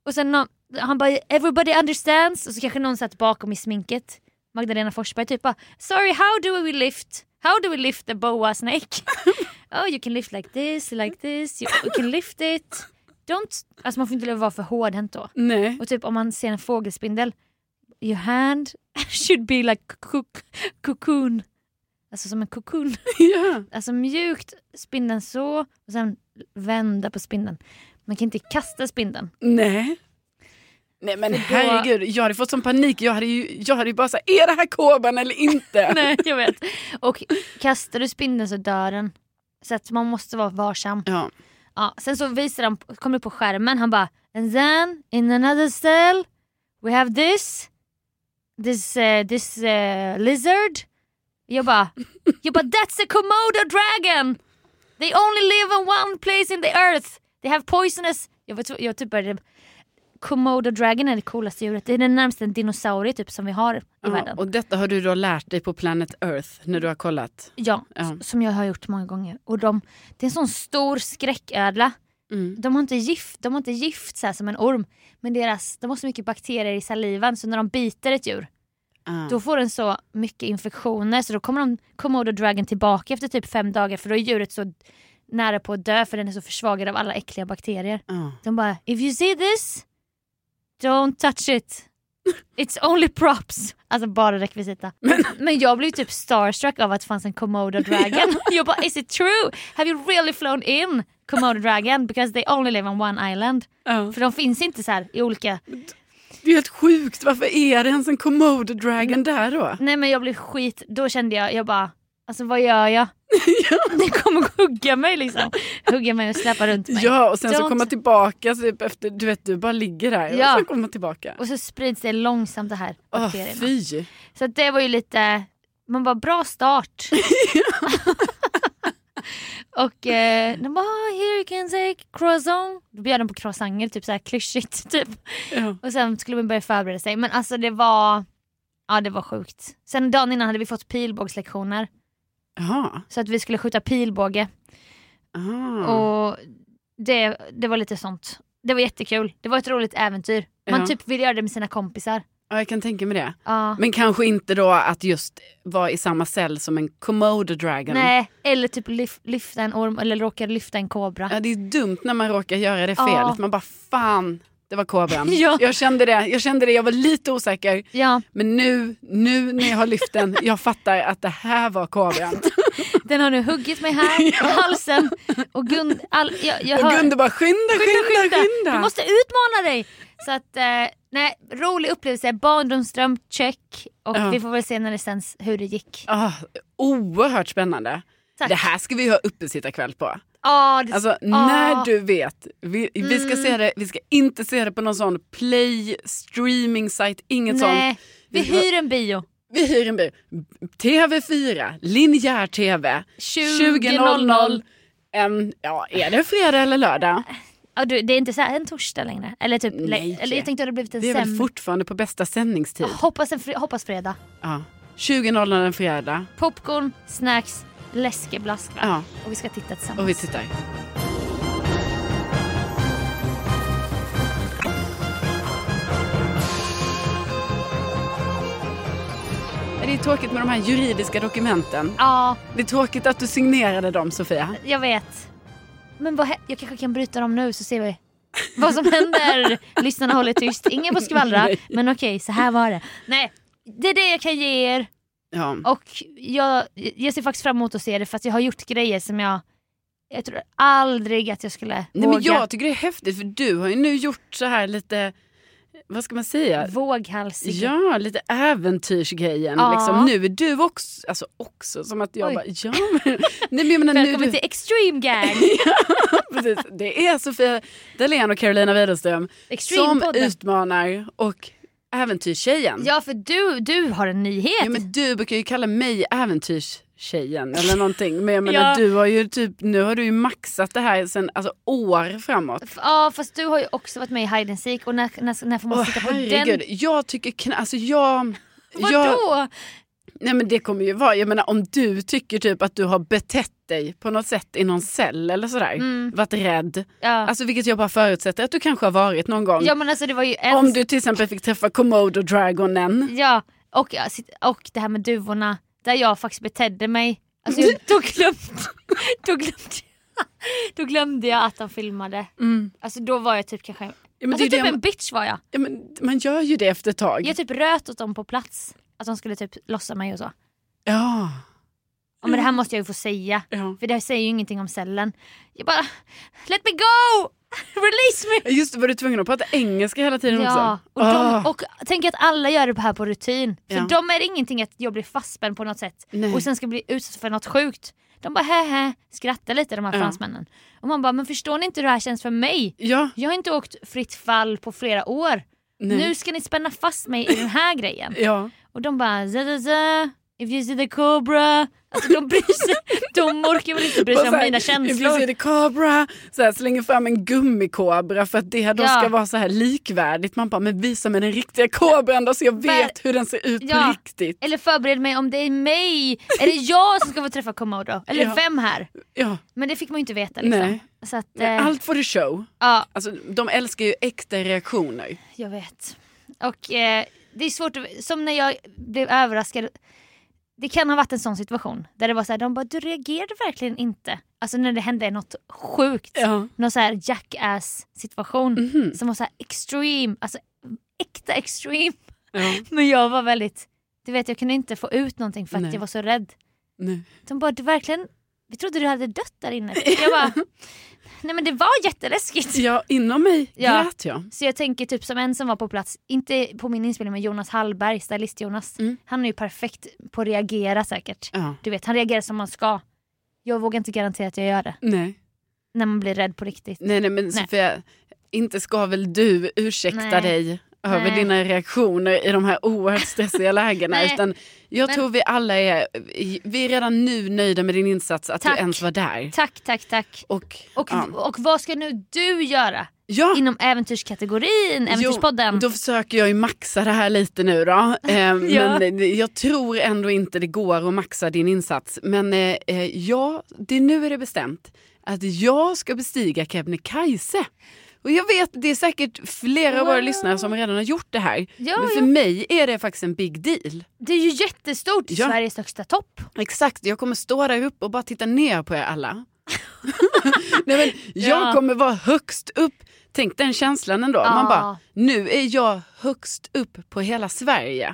[SPEAKER 2] Och sen någon, han bara, everybody understands. Och så kanske någon satt bakom i sminket. Magdalena Forsberg typ bara, sorry, how do we lift? How do we lift the boa snake? Oh, you can lift like this, like this. You, you can lift it. Don't, alltså man får inte vara för hårdhänt då.
[SPEAKER 1] Nej.
[SPEAKER 2] Och typ om man ser en fågelspindel, your hand should be like cocoon. Alltså som en cocoon.
[SPEAKER 1] Yeah.
[SPEAKER 2] Alltså mjukt spindeln så och sen vända på spindeln. Man kan inte kasta spindeln.
[SPEAKER 1] Nej. Nej men då... herregud, jag hade fått sån panik. Jag hade ju, jag hade ju bara sagt, är det här kobran eller inte?
[SPEAKER 2] Nej, jag vet. Och kastar du spindeln så dör den. Så att man måste vara varsam.
[SPEAKER 1] Ja.
[SPEAKER 2] Ja, sen så visar han, kommer upp på skärmen, han bara, and then in another cell we have this this uh, this uh, lizard. Jag bara, jag bara, that's a Komodo dragon. They only live in one place in the earth. They have poisonous. Jag var jag typ började, Komodo dragon är det coolaste djuret. Det är den närmaste en dinosaurie typ som vi har i
[SPEAKER 1] ja,
[SPEAKER 2] världen.
[SPEAKER 1] Och detta har du då lärt dig på Planet Earth när du har kollat?
[SPEAKER 2] Ja, ja. Som jag har gjort många gånger. Och de, det är en sån stor skräcködla. Mm. De har inte gift, de har inte gift så här som en orm. Men deras, de har så mycket bakterier i salivan så när de biter ett djur uh. då får den så mycket infektioner så då kommer de Komodo dragon tillbaka efter typ fem dagar för då är djuret så nära på att dö för den är så försvagad av alla äckliga bakterier. Uh. De bara, if you see this, don't touch it. It's only props. Alltså bara rekvisita. Men, men jag blev typ starstruck av att det fanns en Komodo dragon. Jag bara, is it true? Have you really flown in Komodo dragon? Because they only live on one island. Uh. För de finns inte så här i olika...
[SPEAKER 1] Det är helt sjukt. Varför är det ens en Komodo dragon där då?
[SPEAKER 2] Nej men jag blev skit. Då kände jag, jag bara, alltså vad gör jag? Ja. Det kommer hugga mig liksom. Hugga mig och släppa runt mig.
[SPEAKER 1] Ja, och sen Don't... så kommer tillbaka typ efter, du vet, du bara ligger där
[SPEAKER 2] ja.
[SPEAKER 1] och så kommer tillbaka.
[SPEAKER 2] Och så sprids det långsamt det här bakterierna.
[SPEAKER 1] Oh, fy.
[SPEAKER 2] Så det var ju lite, man bara, bra start. Och eh, de bara, here you can take croissant. Då bjöd de på croissanter, typ så här klyschigt typ. Ja. Och sen skulle man börja förbereda sig. Men alltså det var, ja det var sjukt. Sen dagen innan hade vi fått pilbågslektioner.
[SPEAKER 1] Aha.
[SPEAKER 2] Så att vi skulle skjuta pilbåge.
[SPEAKER 1] Aha.
[SPEAKER 2] Och det, det var lite sånt. Det var jättekul. Det var ett roligt äventyr. Man ja. typ vill göra det med sina kompisar.
[SPEAKER 1] Ja, jag kan tänka mig det.
[SPEAKER 2] Ja.
[SPEAKER 1] Men kanske inte då att just vara i samma cell som en Komodo dragon.
[SPEAKER 2] Nej, eller typ lyf- lyfta en orm eller råka lyfta en kobra.
[SPEAKER 1] Ja, det är dumt när man råkar göra det fel.
[SPEAKER 2] Ja.
[SPEAKER 1] Man bara, fan, det var kobran.
[SPEAKER 2] Ja.
[SPEAKER 1] Jag kände det, jag kände det, jag var lite osäker.
[SPEAKER 2] Ja.
[SPEAKER 1] Men nu, nu när jag har lyft den, jag fattar att det här var kobran.
[SPEAKER 2] Den har nu huggit mig här i ja. halsen. Och Gun, all, jag, jag
[SPEAKER 1] och
[SPEAKER 2] hör,
[SPEAKER 1] Gunde bara, skynda, skynda, skynda, skynda.
[SPEAKER 2] Du måste utmana dig. Så att, eh, nej, rolig upplevelse. Barndomsdröm, check. Och ja. vi får väl se när det sänds hur det gick.
[SPEAKER 1] Ah, oerhört spännande. Tack. Det här ska vi ha uppesittarkväll på.
[SPEAKER 2] Ah, det,
[SPEAKER 1] alltså
[SPEAKER 2] ah.
[SPEAKER 1] när du vet, vi,
[SPEAKER 2] mm.
[SPEAKER 1] vi ska se det, vi ska inte se det på någon sån play streaming site, inget
[SPEAKER 2] nej.
[SPEAKER 1] sånt.
[SPEAKER 2] Vi, vi hyr en bio.
[SPEAKER 1] Vi hyr en bio. T V fyra, linjär T V. tjugo noll noll. En, ja, är det fredag eller lördag?
[SPEAKER 2] Ja, du, det är inte så här en torsdag längre. Eller typ,
[SPEAKER 1] nej.
[SPEAKER 2] Eller jag tänkte att det blivit en
[SPEAKER 1] det är
[SPEAKER 2] säm...
[SPEAKER 1] väl fortfarande på bästa sändningstid.
[SPEAKER 2] Ja, hoppas, en fre- hoppas fredag.
[SPEAKER 1] Ja, tjugo noll noll en fredag.
[SPEAKER 2] Popcorn, snacks, läskeblask.
[SPEAKER 1] Ja.
[SPEAKER 2] Och vi ska titta tillsammans.
[SPEAKER 1] Och vi tittar. Det är tråkigt med de här juridiska dokumenten.
[SPEAKER 2] Ja.
[SPEAKER 1] Det är tråkigt att du signerade dem, Sofia.
[SPEAKER 2] Jag vet. Men vad, jag kanske kan bryta dem nu så ser vi vad som händer. Lyssnarna håller tyst. Ingen får skvallra. Nej. Men okej, så här var det. Nej, det är det jag kan ge er.
[SPEAKER 1] Ja.
[SPEAKER 2] Och jag, jag ser faktiskt fram emot att se det. För att jag har gjort grejer som jag Jag tror aldrig att jag skulle
[SPEAKER 1] Nej,
[SPEAKER 2] våga.
[SPEAKER 1] men jag tycker det är häftigt. För du har ju nu gjort så här lite, vad ska man säga?
[SPEAKER 2] Våghalsig.
[SPEAKER 1] Ja, lite äventyrsgrejen.
[SPEAKER 2] Ja.
[SPEAKER 1] Liksom. Nu är du också, alltså också som att jag Oj. bara, ja men, nej, men jag menar,
[SPEAKER 2] välkommen
[SPEAKER 1] nu du...
[SPEAKER 2] till Extreme Gang.
[SPEAKER 1] Ja, precis. Det är Sofia Dalén och Carolina Widerström som utmanar och äventyrstjejen.
[SPEAKER 2] Ja, för du, du har en nyhet.
[SPEAKER 1] Ja, men du brukar ju kalla mig äventyrstjejen eller någonting. Men jag menar,
[SPEAKER 2] ja.
[SPEAKER 1] du har ju typ, nu har du ju maxat det här sen, alltså år framåt.
[SPEAKER 2] Ja, fast du har ju också varit med i Hide and Seek. Och när, när, när får man
[SPEAKER 1] Åh,
[SPEAKER 2] sitta på
[SPEAKER 1] herregud.
[SPEAKER 2] den?
[SPEAKER 1] Jag tycker, alltså jag...
[SPEAKER 2] Vadå?
[SPEAKER 1] Jag, Nej men det kommer ju vara, jag menar om du tycker typ att du har betett dig på något sätt i någon cell eller sådär, mm. varit rädd, ja. Alltså vilket jag bara förutsätter att du kanske har varit någon gång.
[SPEAKER 2] Ja men alltså det var ju en...
[SPEAKER 1] Om du till exempel fick träffa Komodo-dragonen.
[SPEAKER 2] Ja, och, och det här med duvorna, där jag faktiskt betedde mig. Alltså jag, då, glömde, då, glömde, då glömde jag att de filmade. Mm. Alltså då var jag typ kanske... Ja, men alltså typ det, en bitch var jag.
[SPEAKER 1] Ja, men man gör ju det efter ett tag.
[SPEAKER 2] Jag typ röt åt dem på plats. Att de skulle typ lossa mig och så.
[SPEAKER 1] Ja.
[SPEAKER 2] Ja men det här måste jag ju få säga.
[SPEAKER 1] Ja.
[SPEAKER 2] För det säger ju ingenting om cellen. Jag bara, let me go! Release me!
[SPEAKER 1] Just det, var du tvungen att prata engelska hela tiden
[SPEAKER 2] ja,
[SPEAKER 1] också?
[SPEAKER 2] Och, de, och tänk att alla gör det här på rutin. För ja. De är ingenting att jag blir fastspänd på något sätt. Nej. Och sen ska bli utsatt för något sjukt. De bara hehe, skrattar lite de här ja. fransmännen. Och man bara, men förstår ni inte hur det här känns för mig?
[SPEAKER 1] Ja.
[SPEAKER 2] Jag har inte åkt fritt fall på flera år. Nej. Nu ska ni spänna fast mig i den här grejen.
[SPEAKER 1] Ja.
[SPEAKER 2] Och de bara, za, za, if you see the cobra. Alltså de bryr sig, de orkar väl inte bry sig om mina känslor.
[SPEAKER 1] If you see the cobra, så här, slänger fram en gummikobra för att det då ja. ska vara så här likvärdigt. Man bara, men visa mig den riktiga kobran då så jag vet För, hur den ser ut ja. på riktigt.
[SPEAKER 2] Eller förbered mig om det är mig. Är det jag som ska få träffa Komodo? Eller ja. vem här?
[SPEAKER 1] Ja.
[SPEAKER 2] Men det fick man ju inte veta liksom.
[SPEAKER 1] Nej.
[SPEAKER 2] Så att,
[SPEAKER 1] Nej,
[SPEAKER 2] eh,
[SPEAKER 1] allt for the show.
[SPEAKER 2] Ja.
[SPEAKER 1] Alltså, de älskar ju äkta reaktioner.
[SPEAKER 2] Jag vet. Och eh, det är svårt att, som när jag blev överraskad. Det kan ha varit en sån situation där det var så här, de bara, du reagerade verkligen inte. Alltså när det hände något sjukt. Ja. Någon så här jackass situation mm-hmm. som var så här extreme, alltså äkta extreme. Ja. Men jag var väldigt, du vet jag kunde inte få ut någonting för att Nej. jag var så rädd.
[SPEAKER 1] Nej.
[SPEAKER 2] De bara, du verkligen, vi trodde du hade dött där inne. Jag bara, nej men det var jätteläskigt.
[SPEAKER 1] Ja, inom mig
[SPEAKER 2] ja.
[SPEAKER 1] grät jag.
[SPEAKER 2] Så jag tänker typ som en som var på plats, inte på min inspelning med Jonas Hallberg, stylist Jonas. Mm. Han är ju perfekt på att reagera säkert. Ja. Du vet, han reagerar som man ska. Jag vågar inte garantera att jag gör det.
[SPEAKER 1] Nej.
[SPEAKER 2] När man blir rädd på riktigt.
[SPEAKER 1] Nej, nej men nej. Sofia, inte ska väl du ursäkta nej. dig över nej. dina reaktioner i de här oerhört stressiga lägena. Utan jag men, tror vi alla är, vi är redan nu nöjda med din insats, att tack. du ens var där.
[SPEAKER 2] Tack, tack, tack. Och, och, ja. och vad ska nu du göra? Ja. Inom äventyrskategorin, äventyrspodden.
[SPEAKER 1] Jo, då försöker jag ju maxa det här lite nu då. Eh, ja. Men jag tror ändå inte det går att maxa din insats. Men eh, ja, det, nu är det bestämt att jag ska bestiga Kebnekaise. Och jag vet, det är säkert flera wow. av våra lyssnare som redan har gjort det här. Ja, men för ja. mig är det faktiskt en big deal.
[SPEAKER 2] Det är ju jättestort, ja. Sveriges högsta topp.
[SPEAKER 1] Exakt, jag kommer stå där uppe och bara titta ner på er alla. Nej, men jag ja. kommer vara högst upp. Tänk den känslan ändå. Ja. Man bara, nu är jag högst upp på hela Sverige.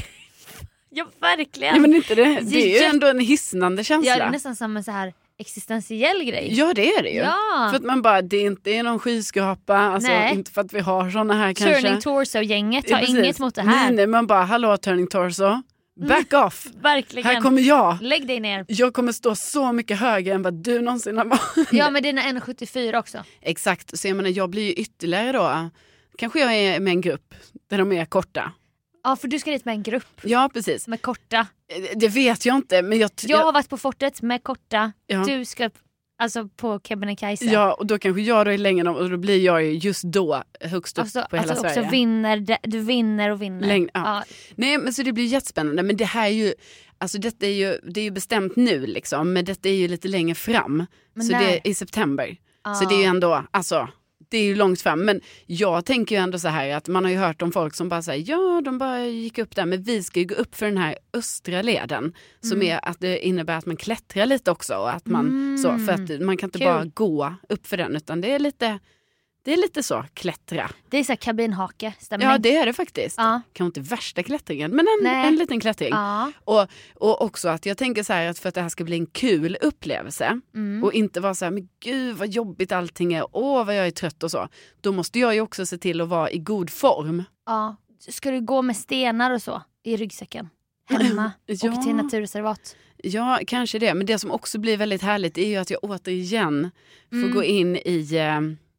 [SPEAKER 2] Ja, verkligen.
[SPEAKER 1] Ja, men inte det, det är ju ändå en hisnande känsla.
[SPEAKER 2] Ja, det är nästan som en så här existentiell grej.
[SPEAKER 1] Ja, det är det ju.
[SPEAKER 2] Ja.
[SPEAKER 1] För att man bara, det är inte är någon skyskrapa. Alltså, inte för att vi har såna här kanske.
[SPEAKER 2] Turning Torso-gänget har ja, inget mot det här.
[SPEAKER 1] Nej, nej, man bara, hallå Turning Torso. Back mm. off.
[SPEAKER 2] Verkligen.
[SPEAKER 1] Här kommer jag.
[SPEAKER 2] Lägg dig ner.
[SPEAKER 1] Jag kommer stå så mycket högre än vad du någonsin har varit.
[SPEAKER 2] Ja, men dina en sjuttiofyra också.
[SPEAKER 1] Exakt. Så jag menar, jag blir ju ytterligare då. Kanske jag är med en grupp där de är korta.
[SPEAKER 2] Ja, för du ska dit med en grupp.
[SPEAKER 1] Ja, precis.
[SPEAKER 2] Med korta.
[SPEAKER 1] Det vet jag inte. Men jag,
[SPEAKER 2] jag har varit på fortet med korta. Ja. Du ska alltså på Kebnekaise.
[SPEAKER 1] Ja, och då kanske jag då är längre och då blir jag ju just då högst upp
[SPEAKER 2] alltså,
[SPEAKER 1] på hela
[SPEAKER 2] alltså
[SPEAKER 1] Sverige.
[SPEAKER 2] Också vinner, du vinner och vinner.
[SPEAKER 1] Längre, ja. Ja. Nej, men så det blir jättespännande. Men det här är ju, alltså detta är ju, det är ju bestämt nu liksom. Men detta är ju lite längre fram. Men så nej. det är i september. Ja. Så det är ju ändå, alltså... Det är ju långt fram, men jag tänker ju ändå så här att man har ju hört om folk som bara säger ja, de bara gick upp där, men vi ska ju gå upp för den här östra leden som mm. är att det innebär att man klättrar lite också och att man mm. så, för att man kan inte Kul. bara gå upp för den utan det är lite det är lite så, klättra.
[SPEAKER 2] Det är så här kabinhake stämning.
[SPEAKER 1] Ja, det är det faktiskt.
[SPEAKER 2] Ja.
[SPEAKER 1] Kanske inte värsta klättringen, men en, en liten klättring.
[SPEAKER 2] Ja.
[SPEAKER 1] Och, och också att jag tänker så här att för att det här ska bli en kul upplevelse mm. och inte vara så här, men gud vad jobbigt allting är, åh vad jag är trött och så. Då måste jag ju också se till att vara i god form.
[SPEAKER 2] Ja, ska du gå med stenar och så i ryggsäcken? Hemma
[SPEAKER 1] ja.
[SPEAKER 2] och till naturreservat?
[SPEAKER 1] Ja, kanske det. Men det som också blir väldigt härligt är ju att jag återigen får mm. gå in i... Eh,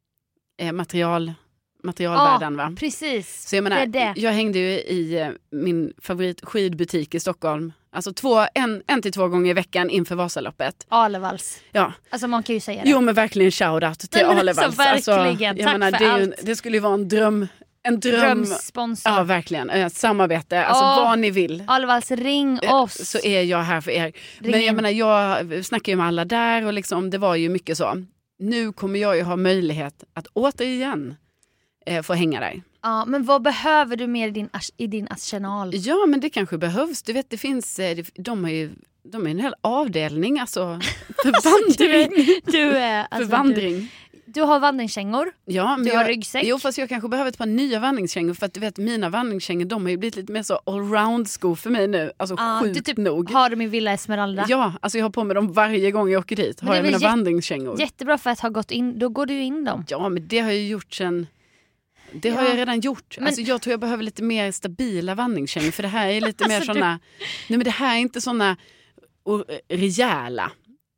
[SPEAKER 1] material materialvärlden,
[SPEAKER 2] ja,
[SPEAKER 1] va?
[SPEAKER 2] Precis.
[SPEAKER 1] Så jag menar,
[SPEAKER 2] det är det.
[SPEAKER 1] jag hängde ju i min favorit skidbutik i Stockholm. Alltså två, en, en till två gånger i veckan inför Vasaloppet.
[SPEAKER 2] Alevals.
[SPEAKER 1] Ja.
[SPEAKER 2] Alltså man kan ju säga det.
[SPEAKER 1] Jo, men verkligen shoutout till Alevals.
[SPEAKER 2] Så verkligen.
[SPEAKER 1] Alltså,
[SPEAKER 2] Tack
[SPEAKER 1] menar,
[SPEAKER 2] för
[SPEAKER 1] det,
[SPEAKER 2] allt.
[SPEAKER 1] ju, det skulle ju vara en dröm en dröm.
[SPEAKER 2] drömsponsor.
[SPEAKER 1] Ja, verkligen. Ett samarbete. Alltså oh, vad ni vill.
[SPEAKER 2] Alvals, ring oss.
[SPEAKER 1] Så är jag här för er. Ring. Men jag menar, jag snackar ju med alla där och liksom, det var ju mycket så. Nu kommer jag ju ha möjlighet att återigen eh, få hänga där.
[SPEAKER 2] Ja, men vad behöver du mer i din, i din arsenal?
[SPEAKER 1] Ja, men det kanske behövs. Du vet, det finns, de har ju de är en hel avdelning, alltså för vandring.
[SPEAKER 2] du, du är, alltså,
[SPEAKER 1] för vandring.
[SPEAKER 2] Du, du har vandringskängor,
[SPEAKER 1] ja, men
[SPEAKER 2] du
[SPEAKER 1] jag,
[SPEAKER 2] har ryggsäck.
[SPEAKER 1] Jo, fast jag kanske behöver ett par nya vandringskängor för att du vet, mina vandringskängor, de har ju blivit lite mer så allround sko för mig nu. Alltså
[SPEAKER 2] ah,
[SPEAKER 1] sjukt
[SPEAKER 2] du typ
[SPEAKER 1] nog.
[SPEAKER 2] Har dem i Villa Esmeralda?
[SPEAKER 1] Ja, alltså jag har på mig dem varje gång jag åker dit. Men har jag mina jät- vandringskängor.
[SPEAKER 2] Jättebra för att ha gått in, då går du in dem.
[SPEAKER 1] Ja, men det har jag gjort sen... Det har ja. jag redan gjort. Men... Alltså jag tror jag behöver lite mer stabila vandringskängor. För det här är lite mer alltså, såna... Du... Nej, men det här är inte såna och rejäla.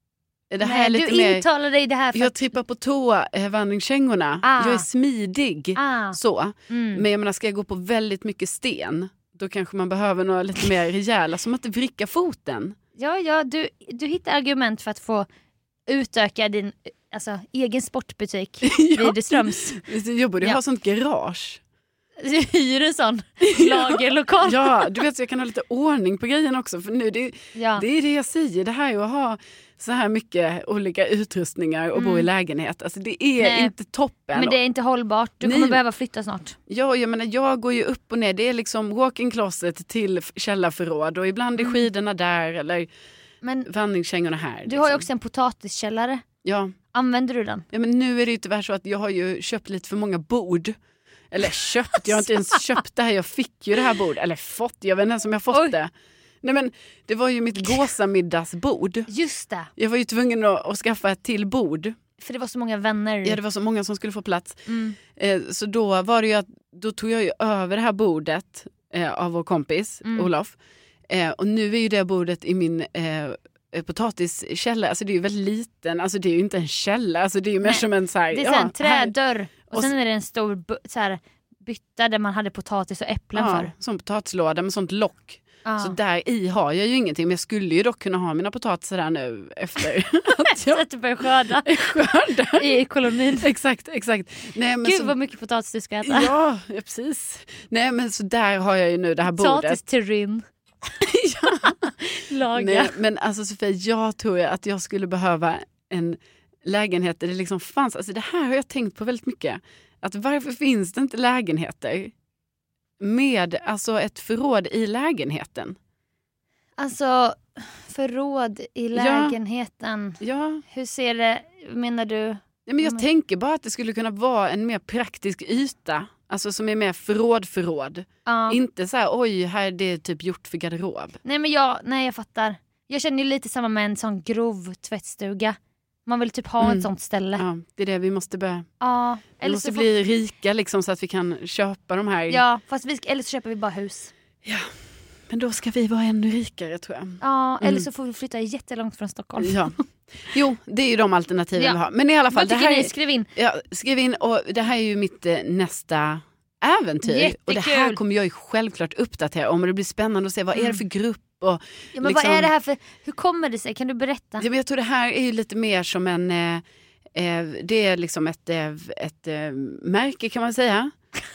[SPEAKER 1] Det här
[SPEAKER 2] Nej,
[SPEAKER 1] är lite
[SPEAKER 2] du
[SPEAKER 1] mer...
[SPEAKER 2] intalar dig det här för...
[SPEAKER 1] Jag trippar på tå eh, vandringskängorna. Ah. Jag är smidig. Ah. Så. Mm. Men jag menar, ska jag gå på väldigt mycket sten, då kanske man behöver några lite mer rejäla, som att det vrickar foten.
[SPEAKER 2] Ja, ja, du, du hittar argument för att få utöka din alltså, egen sportbutik ja. vid Ströms.
[SPEAKER 1] Jag borde ja. ha sånt garage.
[SPEAKER 2] Du hyr en sån lagerlokal.
[SPEAKER 1] Ja, du vet, så jag kan ha lite ordning på grejen också. För nu, det, ja. det är det jag säger. Det här är att ha så här mycket olika utrustningar och mm. bo i lägenhet. Alltså det är Nej. inte toppen.
[SPEAKER 2] Men det är inte hållbart. Du kommer Nej. behöva flytta snart.
[SPEAKER 1] Ja, jag menar, jag går ju upp och ner. Det är liksom walk-in closet till källarförråd. Och ibland är mm. skidorna där eller men vandringskängorna här.
[SPEAKER 2] Du
[SPEAKER 1] liksom.
[SPEAKER 2] har ju också en potatiskällare.
[SPEAKER 1] Ja.
[SPEAKER 2] Använder du den?
[SPEAKER 1] Ja, men nu är det ju tyvärr så att jag har ju köpt lite för många bord. Eller köpt, jag har inte ens köpt det här. Jag fick ju det här bordet. Eller fått, jag vet inte ens om jag fått Oj. det. Nej, men det var ju mitt gåsamiddagsbord.
[SPEAKER 2] Just det.
[SPEAKER 1] Jag var ju tvungen att, att skaffa ett till bord.
[SPEAKER 2] För det var så många vänner.
[SPEAKER 1] Ja, det var så många som skulle få plats. Mm. Eh, så då var det ju att, då tog jag ju över det här bordet eh, av vår kompis, mm. Olof. Eh, och nu är ju det bordet i min... Eh, potatiskällare, alltså det är ju väldigt liten, alltså det är ju inte en källare, alltså det är ju mer som en så här,
[SPEAKER 2] det är så ja, en trädörr och, och sen är det en stor så här, bytta där man hade potatis och äpplen ja, för. Som
[SPEAKER 1] potatislåda med sånt lock. Ah. Så där i har jag ju ingenting, men jag skulle ju dock kunna ha mina potatisar där nu efter
[SPEAKER 2] att jag sätter på skörda.
[SPEAKER 1] skörda
[SPEAKER 2] i kolonin.
[SPEAKER 1] Exakt, exakt. Nej, men
[SPEAKER 2] Gud
[SPEAKER 1] så...
[SPEAKER 2] vad mycket potatis du ska äta.
[SPEAKER 1] Ja, ja, precis. Nej, men så där har jag ju nu det här bordet.
[SPEAKER 2] Potatisterrin.
[SPEAKER 1] ja.
[SPEAKER 2] Laga.
[SPEAKER 1] Nej, men alltså Sofia, jag tror att jag skulle behöva en lägenhet där det liksom fanns, alltså det här har jag tänkt på väldigt mycket, att varför finns det inte lägenheter med alltså ett förråd i lägenheten?
[SPEAKER 2] Alltså förråd i lägenheten.
[SPEAKER 1] Ja. ja.
[SPEAKER 2] Hur ser det, menar du?
[SPEAKER 1] Ja, men jag mm. tänker bara att det skulle kunna vara en mer praktisk yta. Alltså som är mer förråd-förråd. Ja. Inte så här, oj, här är det typ gjort för garderob.
[SPEAKER 2] Nej, men jag, nej, jag fattar. Jag känner ju lite samma med en sån grov tvättstuga. Man vill typ ha mm. ett sånt ställe.
[SPEAKER 1] Ja, det är det vi måste börja.
[SPEAKER 2] Ja.
[SPEAKER 1] Vi eller måste så bli får... rika liksom, så att vi kan köpa de här.
[SPEAKER 2] Ja, fast vi, eller så köper vi bara hus.
[SPEAKER 1] Ja, men då ska vi vara ännu rikare tror jag.
[SPEAKER 2] Ja, eller mm. så får vi flytta jättelångt från Stockholm.
[SPEAKER 1] Ja. Jo, det är ju de alternativen ja. vi har. Men i alla fall,
[SPEAKER 2] vad tycker ni? Skriv in.
[SPEAKER 1] Ja, skriv in, och det här är ju mitt eh, nästa äventyr.
[SPEAKER 2] Jättekul.
[SPEAKER 1] Och det här kommer jag ju självklart uppdatera om, och det blir spännande att se vad mm. är det för grupp. Och
[SPEAKER 2] ja, men
[SPEAKER 1] liksom,
[SPEAKER 2] vad är det här för, hur kommer det sig? Kan du berätta?
[SPEAKER 1] Ja, men jag tror det här är ju lite mer som en, eh, eh, det är liksom ett, eh, ett eh, märke kan man säga.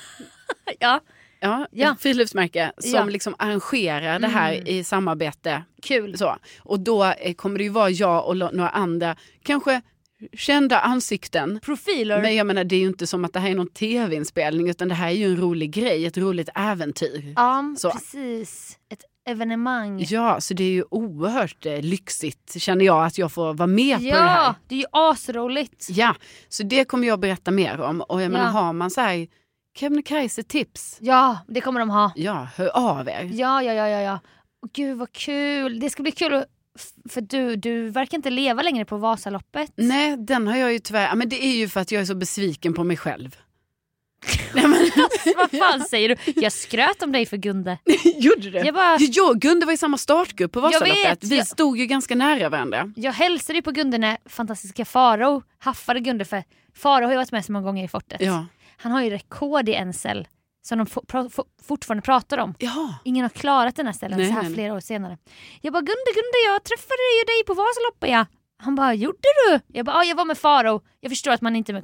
[SPEAKER 2] ja.
[SPEAKER 1] Ja,
[SPEAKER 2] ja.
[SPEAKER 1] Ett friluftsmärke som ja. liksom arrangerar det här mm. i samarbete.
[SPEAKER 2] Kul.
[SPEAKER 1] Så. Och då eh, kommer det ju vara jag och några andra, kanske kända ansikten.
[SPEAKER 2] Profiler.
[SPEAKER 1] Men jag menar, det är ju inte som att det här är någon tv-inspelning, utan det här är ju en rolig grej, ett roligt äventyr.
[SPEAKER 2] Ja,
[SPEAKER 1] så.
[SPEAKER 2] Precis. Ett evenemang.
[SPEAKER 1] Ja, så det är ju oerhört eh, lyxigt, känner jag, att jag får vara med
[SPEAKER 2] ja,
[SPEAKER 1] på det här.
[SPEAKER 2] Ja, det är ju asroligt.
[SPEAKER 1] Ja, så det kommer jag berätta mer om. Och jag menar, ja. har man så här Kebnekaise tips?
[SPEAKER 2] Ja, det kommer de ha.
[SPEAKER 1] Ja, hör av er.
[SPEAKER 2] Ja, ja, ja, ja, ja. Gud vad kul. Det ska bli kul att, för du, du verkar inte leva längre på Vasaloppet.
[SPEAKER 1] Nej, den har jag ju tyvärr. Men det är ju för att jag är så besviken på mig själv. Nej, men...
[SPEAKER 2] Vad fan säger du? Jag skröt om dig för Gunde.
[SPEAKER 1] Gjorde du det?
[SPEAKER 2] Jag bara...
[SPEAKER 1] Jo, Gunde var i samma startgrupp på Vasaloppet.
[SPEAKER 2] Vet,
[SPEAKER 1] Vi
[SPEAKER 2] jag...
[SPEAKER 1] stod ju ganska nära varandra.
[SPEAKER 2] Jag hälsade ju på Gunde när fantastiska Faro haffade Gunde, för Faro har ju varit med så många gånger i fortet.
[SPEAKER 1] Ja.
[SPEAKER 2] Han har ju rekord i en cell som de f- f- fortfarande pratar om.
[SPEAKER 1] Ja.
[SPEAKER 2] Ingen har klarat den här ställen nej, så här nej. flera år senare. Jag bara, Gunde, Gunde, jag träffade ju dig på Vasaloppet, ja. Han bara, gjorde du? Jag bara, ja, jag var med Faro. Jag förstår att man inte man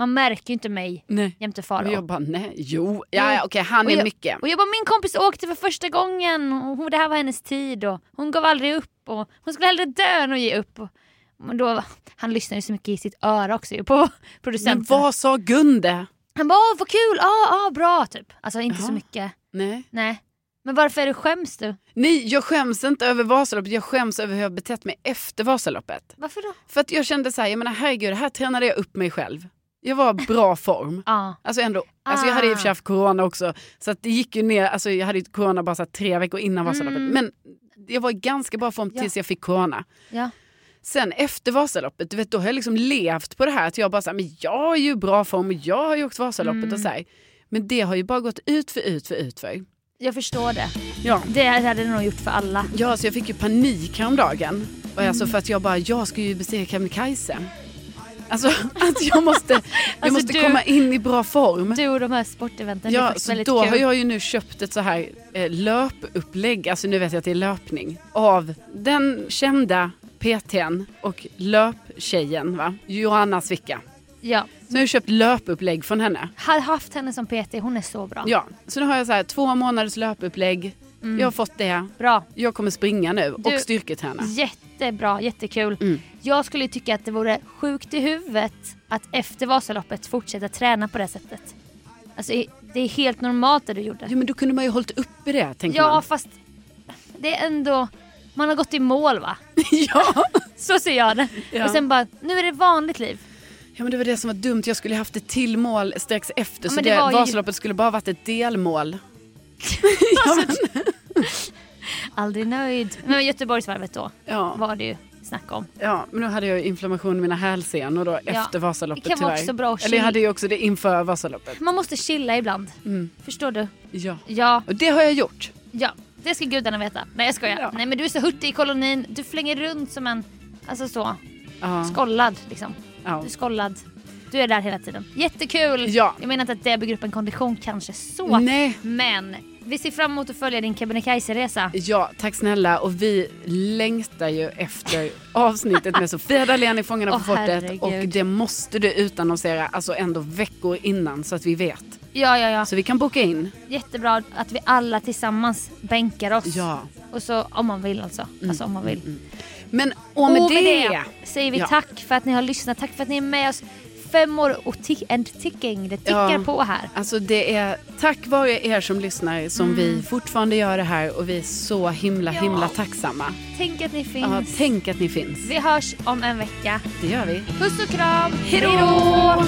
[SPEAKER 2] Man märker ju inte mig
[SPEAKER 1] nej.
[SPEAKER 2] jämte Farao.
[SPEAKER 1] Och jag bara, nej, jo. Ja, ja, okej, han är
[SPEAKER 2] jag,
[SPEAKER 1] mycket.
[SPEAKER 2] Och jag bara, min kompis åkte för första gången. Och hon, det här var hennes tid. Och hon gav aldrig upp. Och hon skulle hellre dö än att ge upp. Och, och då, han lyssnade ju så mycket i sitt öra också på producenten.
[SPEAKER 1] Men vad sa Gunde?
[SPEAKER 2] Han bara, åh, vad kul. Ja, ah, ah, bra typ. Alltså inte
[SPEAKER 1] Jaha.
[SPEAKER 2] så mycket.
[SPEAKER 1] Nej.
[SPEAKER 2] Nej. Men varför är du skäms du?
[SPEAKER 1] Nej, jag skäms inte över Vasaloppet. Jag skäms över hur jag betett mig efter Vasaloppet.
[SPEAKER 2] Varför då?
[SPEAKER 1] För att jag kände så här, jag menar herregud, här tränade jag upp mig själv. Jag var i bra form.
[SPEAKER 2] Ah.
[SPEAKER 1] Alltså ändå, alltså jag hade ju haft corona också. Så att det gick ju ner, alltså jag hade ju corona bara så här tre veckor innan Vasaloppet. Mm. Men jag var i ganska bra form tills ja. jag fick corona.
[SPEAKER 2] Ja.
[SPEAKER 1] Sen efter Vasaloppet, du vet, då har jag liksom levt på det här. Att jag bara så här, men jag är ju i bra form och jag har ju åkt Vasaloppet mm. och så här. Men det har ju bara gått ut för ut för ut för.
[SPEAKER 2] Jag förstår det.
[SPEAKER 1] Ja.
[SPEAKER 2] Det hade det nog gjort för alla.
[SPEAKER 1] Ja, så jag fick ju panik häromdagen. Och mm. alltså för att jag bara, jag ska ju besegra Kebnekaise. Alltså att jag måste, jag alltså måste du, komma in i bra form.
[SPEAKER 2] Du och de här sporteventen,
[SPEAKER 1] ja,
[SPEAKER 2] det är faktiskt väldigt
[SPEAKER 1] då
[SPEAKER 2] kul.
[SPEAKER 1] Har jag ju nu köpt ett så här eh, löpupplägg, alltså nu vet jag att det är löpning, av den kända P T:n och löptjejen, va? Johanna Svicka.
[SPEAKER 2] Ja.
[SPEAKER 1] Så jag har köpt löpupplägg från henne.
[SPEAKER 2] Har haft henne som P T, hon är så bra.
[SPEAKER 1] Ja, så nu har jag så här två månaders löpupplägg. Mm. Jag har fått det.
[SPEAKER 2] Bra.
[SPEAKER 1] Jag kommer springa nu du, och styrketräna.
[SPEAKER 2] Jättebra, jättekul. Mm. Jag skulle tycka att det vore sjukt i huvudet att efter Vasaloppet fortsätta träna på det sättet. Alltså det är helt normalt det du gjorde.
[SPEAKER 1] Ja, men då kunde man ju hållit uppe det, tänker
[SPEAKER 2] ja,
[SPEAKER 1] man.
[SPEAKER 2] Ja, fast det är ändå, man har gått i mål, va?
[SPEAKER 1] Ja.
[SPEAKER 2] Så ser jag det. Ja. Och sen bara, nu är det vanligt liv.
[SPEAKER 1] Ja, men det var det som var dumt. Jag skulle haft ett till mål strax efter. Ja, så
[SPEAKER 2] det
[SPEAKER 1] det,
[SPEAKER 2] var
[SPEAKER 1] Vasaloppet ju... skulle bara varit ett delmål.
[SPEAKER 2] Ja, men... Aldrig nöjd. Men Göteborgsvarvet då ja. var det ju snack om.
[SPEAKER 1] Ja, men nu hade jag ju inflammation i mina hälsenor då ja. efter Vasaloppet, tyvärr. Det kan vara
[SPEAKER 2] också bra att
[SPEAKER 1] Eller jag hade ju också det inför Vasaloppet.
[SPEAKER 2] Man måste chilla ibland. Mm. Förstår du?
[SPEAKER 1] Ja.
[SPEAKER 2] ja.
[SPEAKER 1] Och det har jag gjort.
[SPEAKER 2] Ja, det ska gudarna veta. Nej, jag skojar. Ja. Nej, men du är så hurtig i kolonin. Du flänger runt som en, alltså så, ja. skollad liksom. Ja. Du är skollad. Du är där hela tiden. Jättekul!
[SPEAKER 1] Ja.
[SPEAKER 2] Jag menar inte att det bygger upp en kondition kanske så.
[SPEAKER 1] Nej.
[SPEAKER 2] Men vi ser fram emot att följa din Kebnekaise-resa.
[SPEAKER 1] Ja, tack snälla. Och vi längtar ju efter avsnittet med Sofia Dalén i Fångarna på oh, fortet. Herregud. Och det måste du utannonsera alltså ändå veckor innan så att vi vet.
[SPEAKER 2] Ja, ja, ja.
[SPEAKER 1] Så vi kan boka in.
[SPEAKER 2] Jättebra att vi alla tillsammans bänkar oss.
[SPEAKER 1] Ja.
[SPEAKER 2] Och så om man vill alltså. Mm. Alltså om man vill. Mm, mm.
[SPEAKER 1] Men och med, och med det,
[SPEAKER 2] det säger vi
[SPEAKER 1] ja.
[SPEAKER 2] tack för att ni har lyssnat. Tack för att ni är med oss. Fem år och tick and ticking. Det tickar ja, på här.
[SPEAKER 1] Alltså det är tack vare er som lyssnar som mm. vi fortfarande gör det här. Och vi är så himla, ja. himla tacksamma.
[SPEAKER 2] Tänk att ni finns.
[SPEAKER 1] Ja, tänk att ni finns.
[SPEAKER 2] Vi hörs om en vecka.
[SPEAKER 1] Det gör vi.
[SPEAKER 2] Puss och kram.
[SPEAKER 1] Hej då!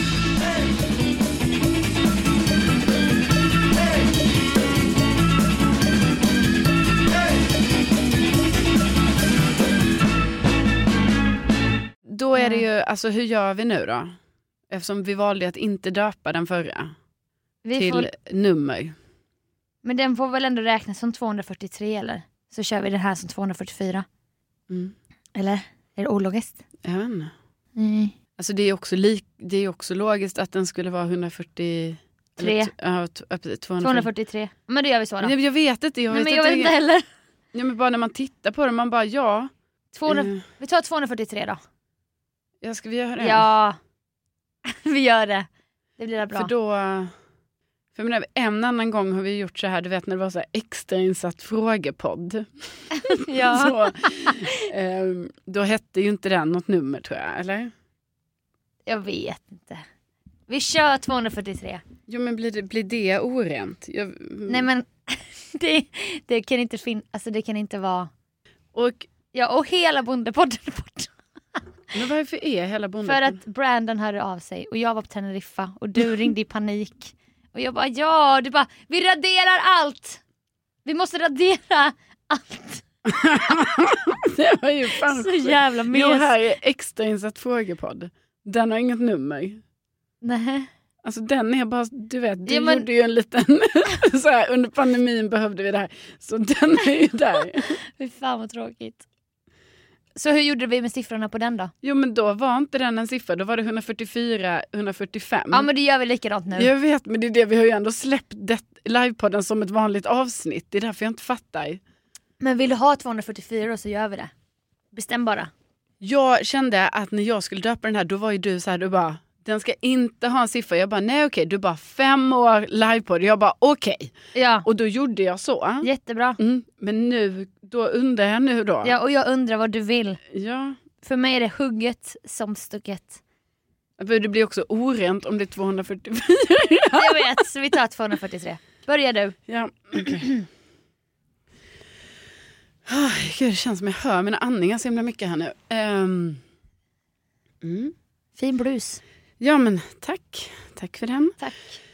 [SPEAKER 1] Då är det ju, alltså hur gör vi nu då? Eftersom vi valde att inte döpa den förra vi till får... nummer.
[SPEAKER 2] Men den får väl ändå räknas som tvåhundrafyrtiotre eller? Så kör vi den här som tvåhundrafyrtiofyra. Mm. Eller? Är det ologiskt?
[SPEAKER 1] Jag vet inte.
[SPEAKER 2] Mm.
[SPEAKER 1] Alltså det är också lik, det är också logiskt att den skulle vara hundrafyrtio...
[SPEAKER 2] Tre.
[SPEAKER 1] Eller, ja,
[SPEAKER 2] tvåhundrafyrtiotre. Men det gör vi så då.
[SPEAKER 1] Nej, jag vet inte. Jag
[SPEAKER 2] Nej,
[SPEAKER 1] vet
[SPEAKER 2] men jag vet inte heller.
[SPEAKER 1] Ja, men bara när man tittar på det, man bara ja.
[SPEAKER 2] tvåhundra... Mm. Vi tar tvåhundrafyrtiotre då.
[SPEAKER 1] Ja, ska vi göra det?
[SPEAKER 2] Ja, vi gör det. Det blir bra.
[SPEAKER 1] För då... För jag menar, en annan gång har vi gjort så här, du vet när det var så här extrainsatt frågepodd.
[SPEAKER 2] Ja.
[SPEAKER 1] Så, eh, då hette ju inte den något nummer tror jag, eller?
[SPEAKER 2] Jag vet inte. Vi kör tvåhundrafyrtiotre.
[SPEAKER 1] Jo, men blir det, blir det orent? Jag...
[SPEAKER 2] Nej, men det, det kan inte finnas, alltså det kan inte vara...
[SPEAKER 1] Och...
[SPEAKER 2] Ja, och hela Bondepodden är borta.
[SPEAKER 1] Men varför är hela Bondepodden?
[SPEAKER 2] För att Brandon hörde av sig och jag var på Teneriffa och du ringde i panik. Och jag bara, ja, du bara, vi raderar allt. Vi måste radera allt.
[SPEAKER 1] Det var ju fan
[SPEAKER 2] så jävla mes.
[SPEAKER 1] Jo, här är extrainsatt frågepodd. Den har inget nummer.
[SPEAKER 2] Nej.
[SPEAKER 1] Alltså den är bara, du vet, du
[SPEAKER 2] ja, men...
[SPEAKER 1] gjorde ju en liten, så här, under pandemin behövde vi det här. Så den är ju där.
[SPEAKER 2] Fy fan vad tråkigt. Så hur gjorde vi med siffrorna på den då?
[SPEAKER 1] Jo, men då var inte den en siffra. Då var det hundrafyrtiofyra, hundrafyrtiofem.
[SPEAKER 2] Ja, men det gör vi likadant nu.
[SPEAKER 1] Jag vet, men det är det. Vi har ju ändå släppt det, livepodden som ett vanligt avsnitt. Det är därför jag inte fattar.
[SPEAKER 2] Men vill du ha tvåhundrafyrtiofyra då så gör vi det. Bestäm bara.
[SPEAKER 1] Jag kände att när jag skulle döpa den här, då var ju du så här, du bara, Den ska inte ha en siffra. Jag bara, nej okej, du bara fem år livepodd. Jag bara, okej.
[SPEAKER 2] Ja.
[SPEAKER 1] Och då gjorde jag så.
[SPEAKER 2] Jättebra.
[SPEAKER 1] Mm, men nu, då undrar jag nu då.
[SPEAKER 2] Ja, och jag undrar vad du vill.
[SPEAKER 1] Ja.
[SPEAKER 2] För mig är det hugget som stucket.
[SPEAKER 1] För det blir också orent om det är tvåhundrafyrtiofyra.
[SPEAKER 2] Jag vet, så vi tar tvåhundrafyrtiotre. Börja du.
[SPEAKER 1] Ja, okej. Okay. Oh, Gud, det känns som jag hör mina andningar så himla mycket här nu. Um. Mm.
[SPEAKER 2] Fin blus.
[SPEAKER 1] Ja, men tack. Tack för den.
[SPEAKER 2] Tack.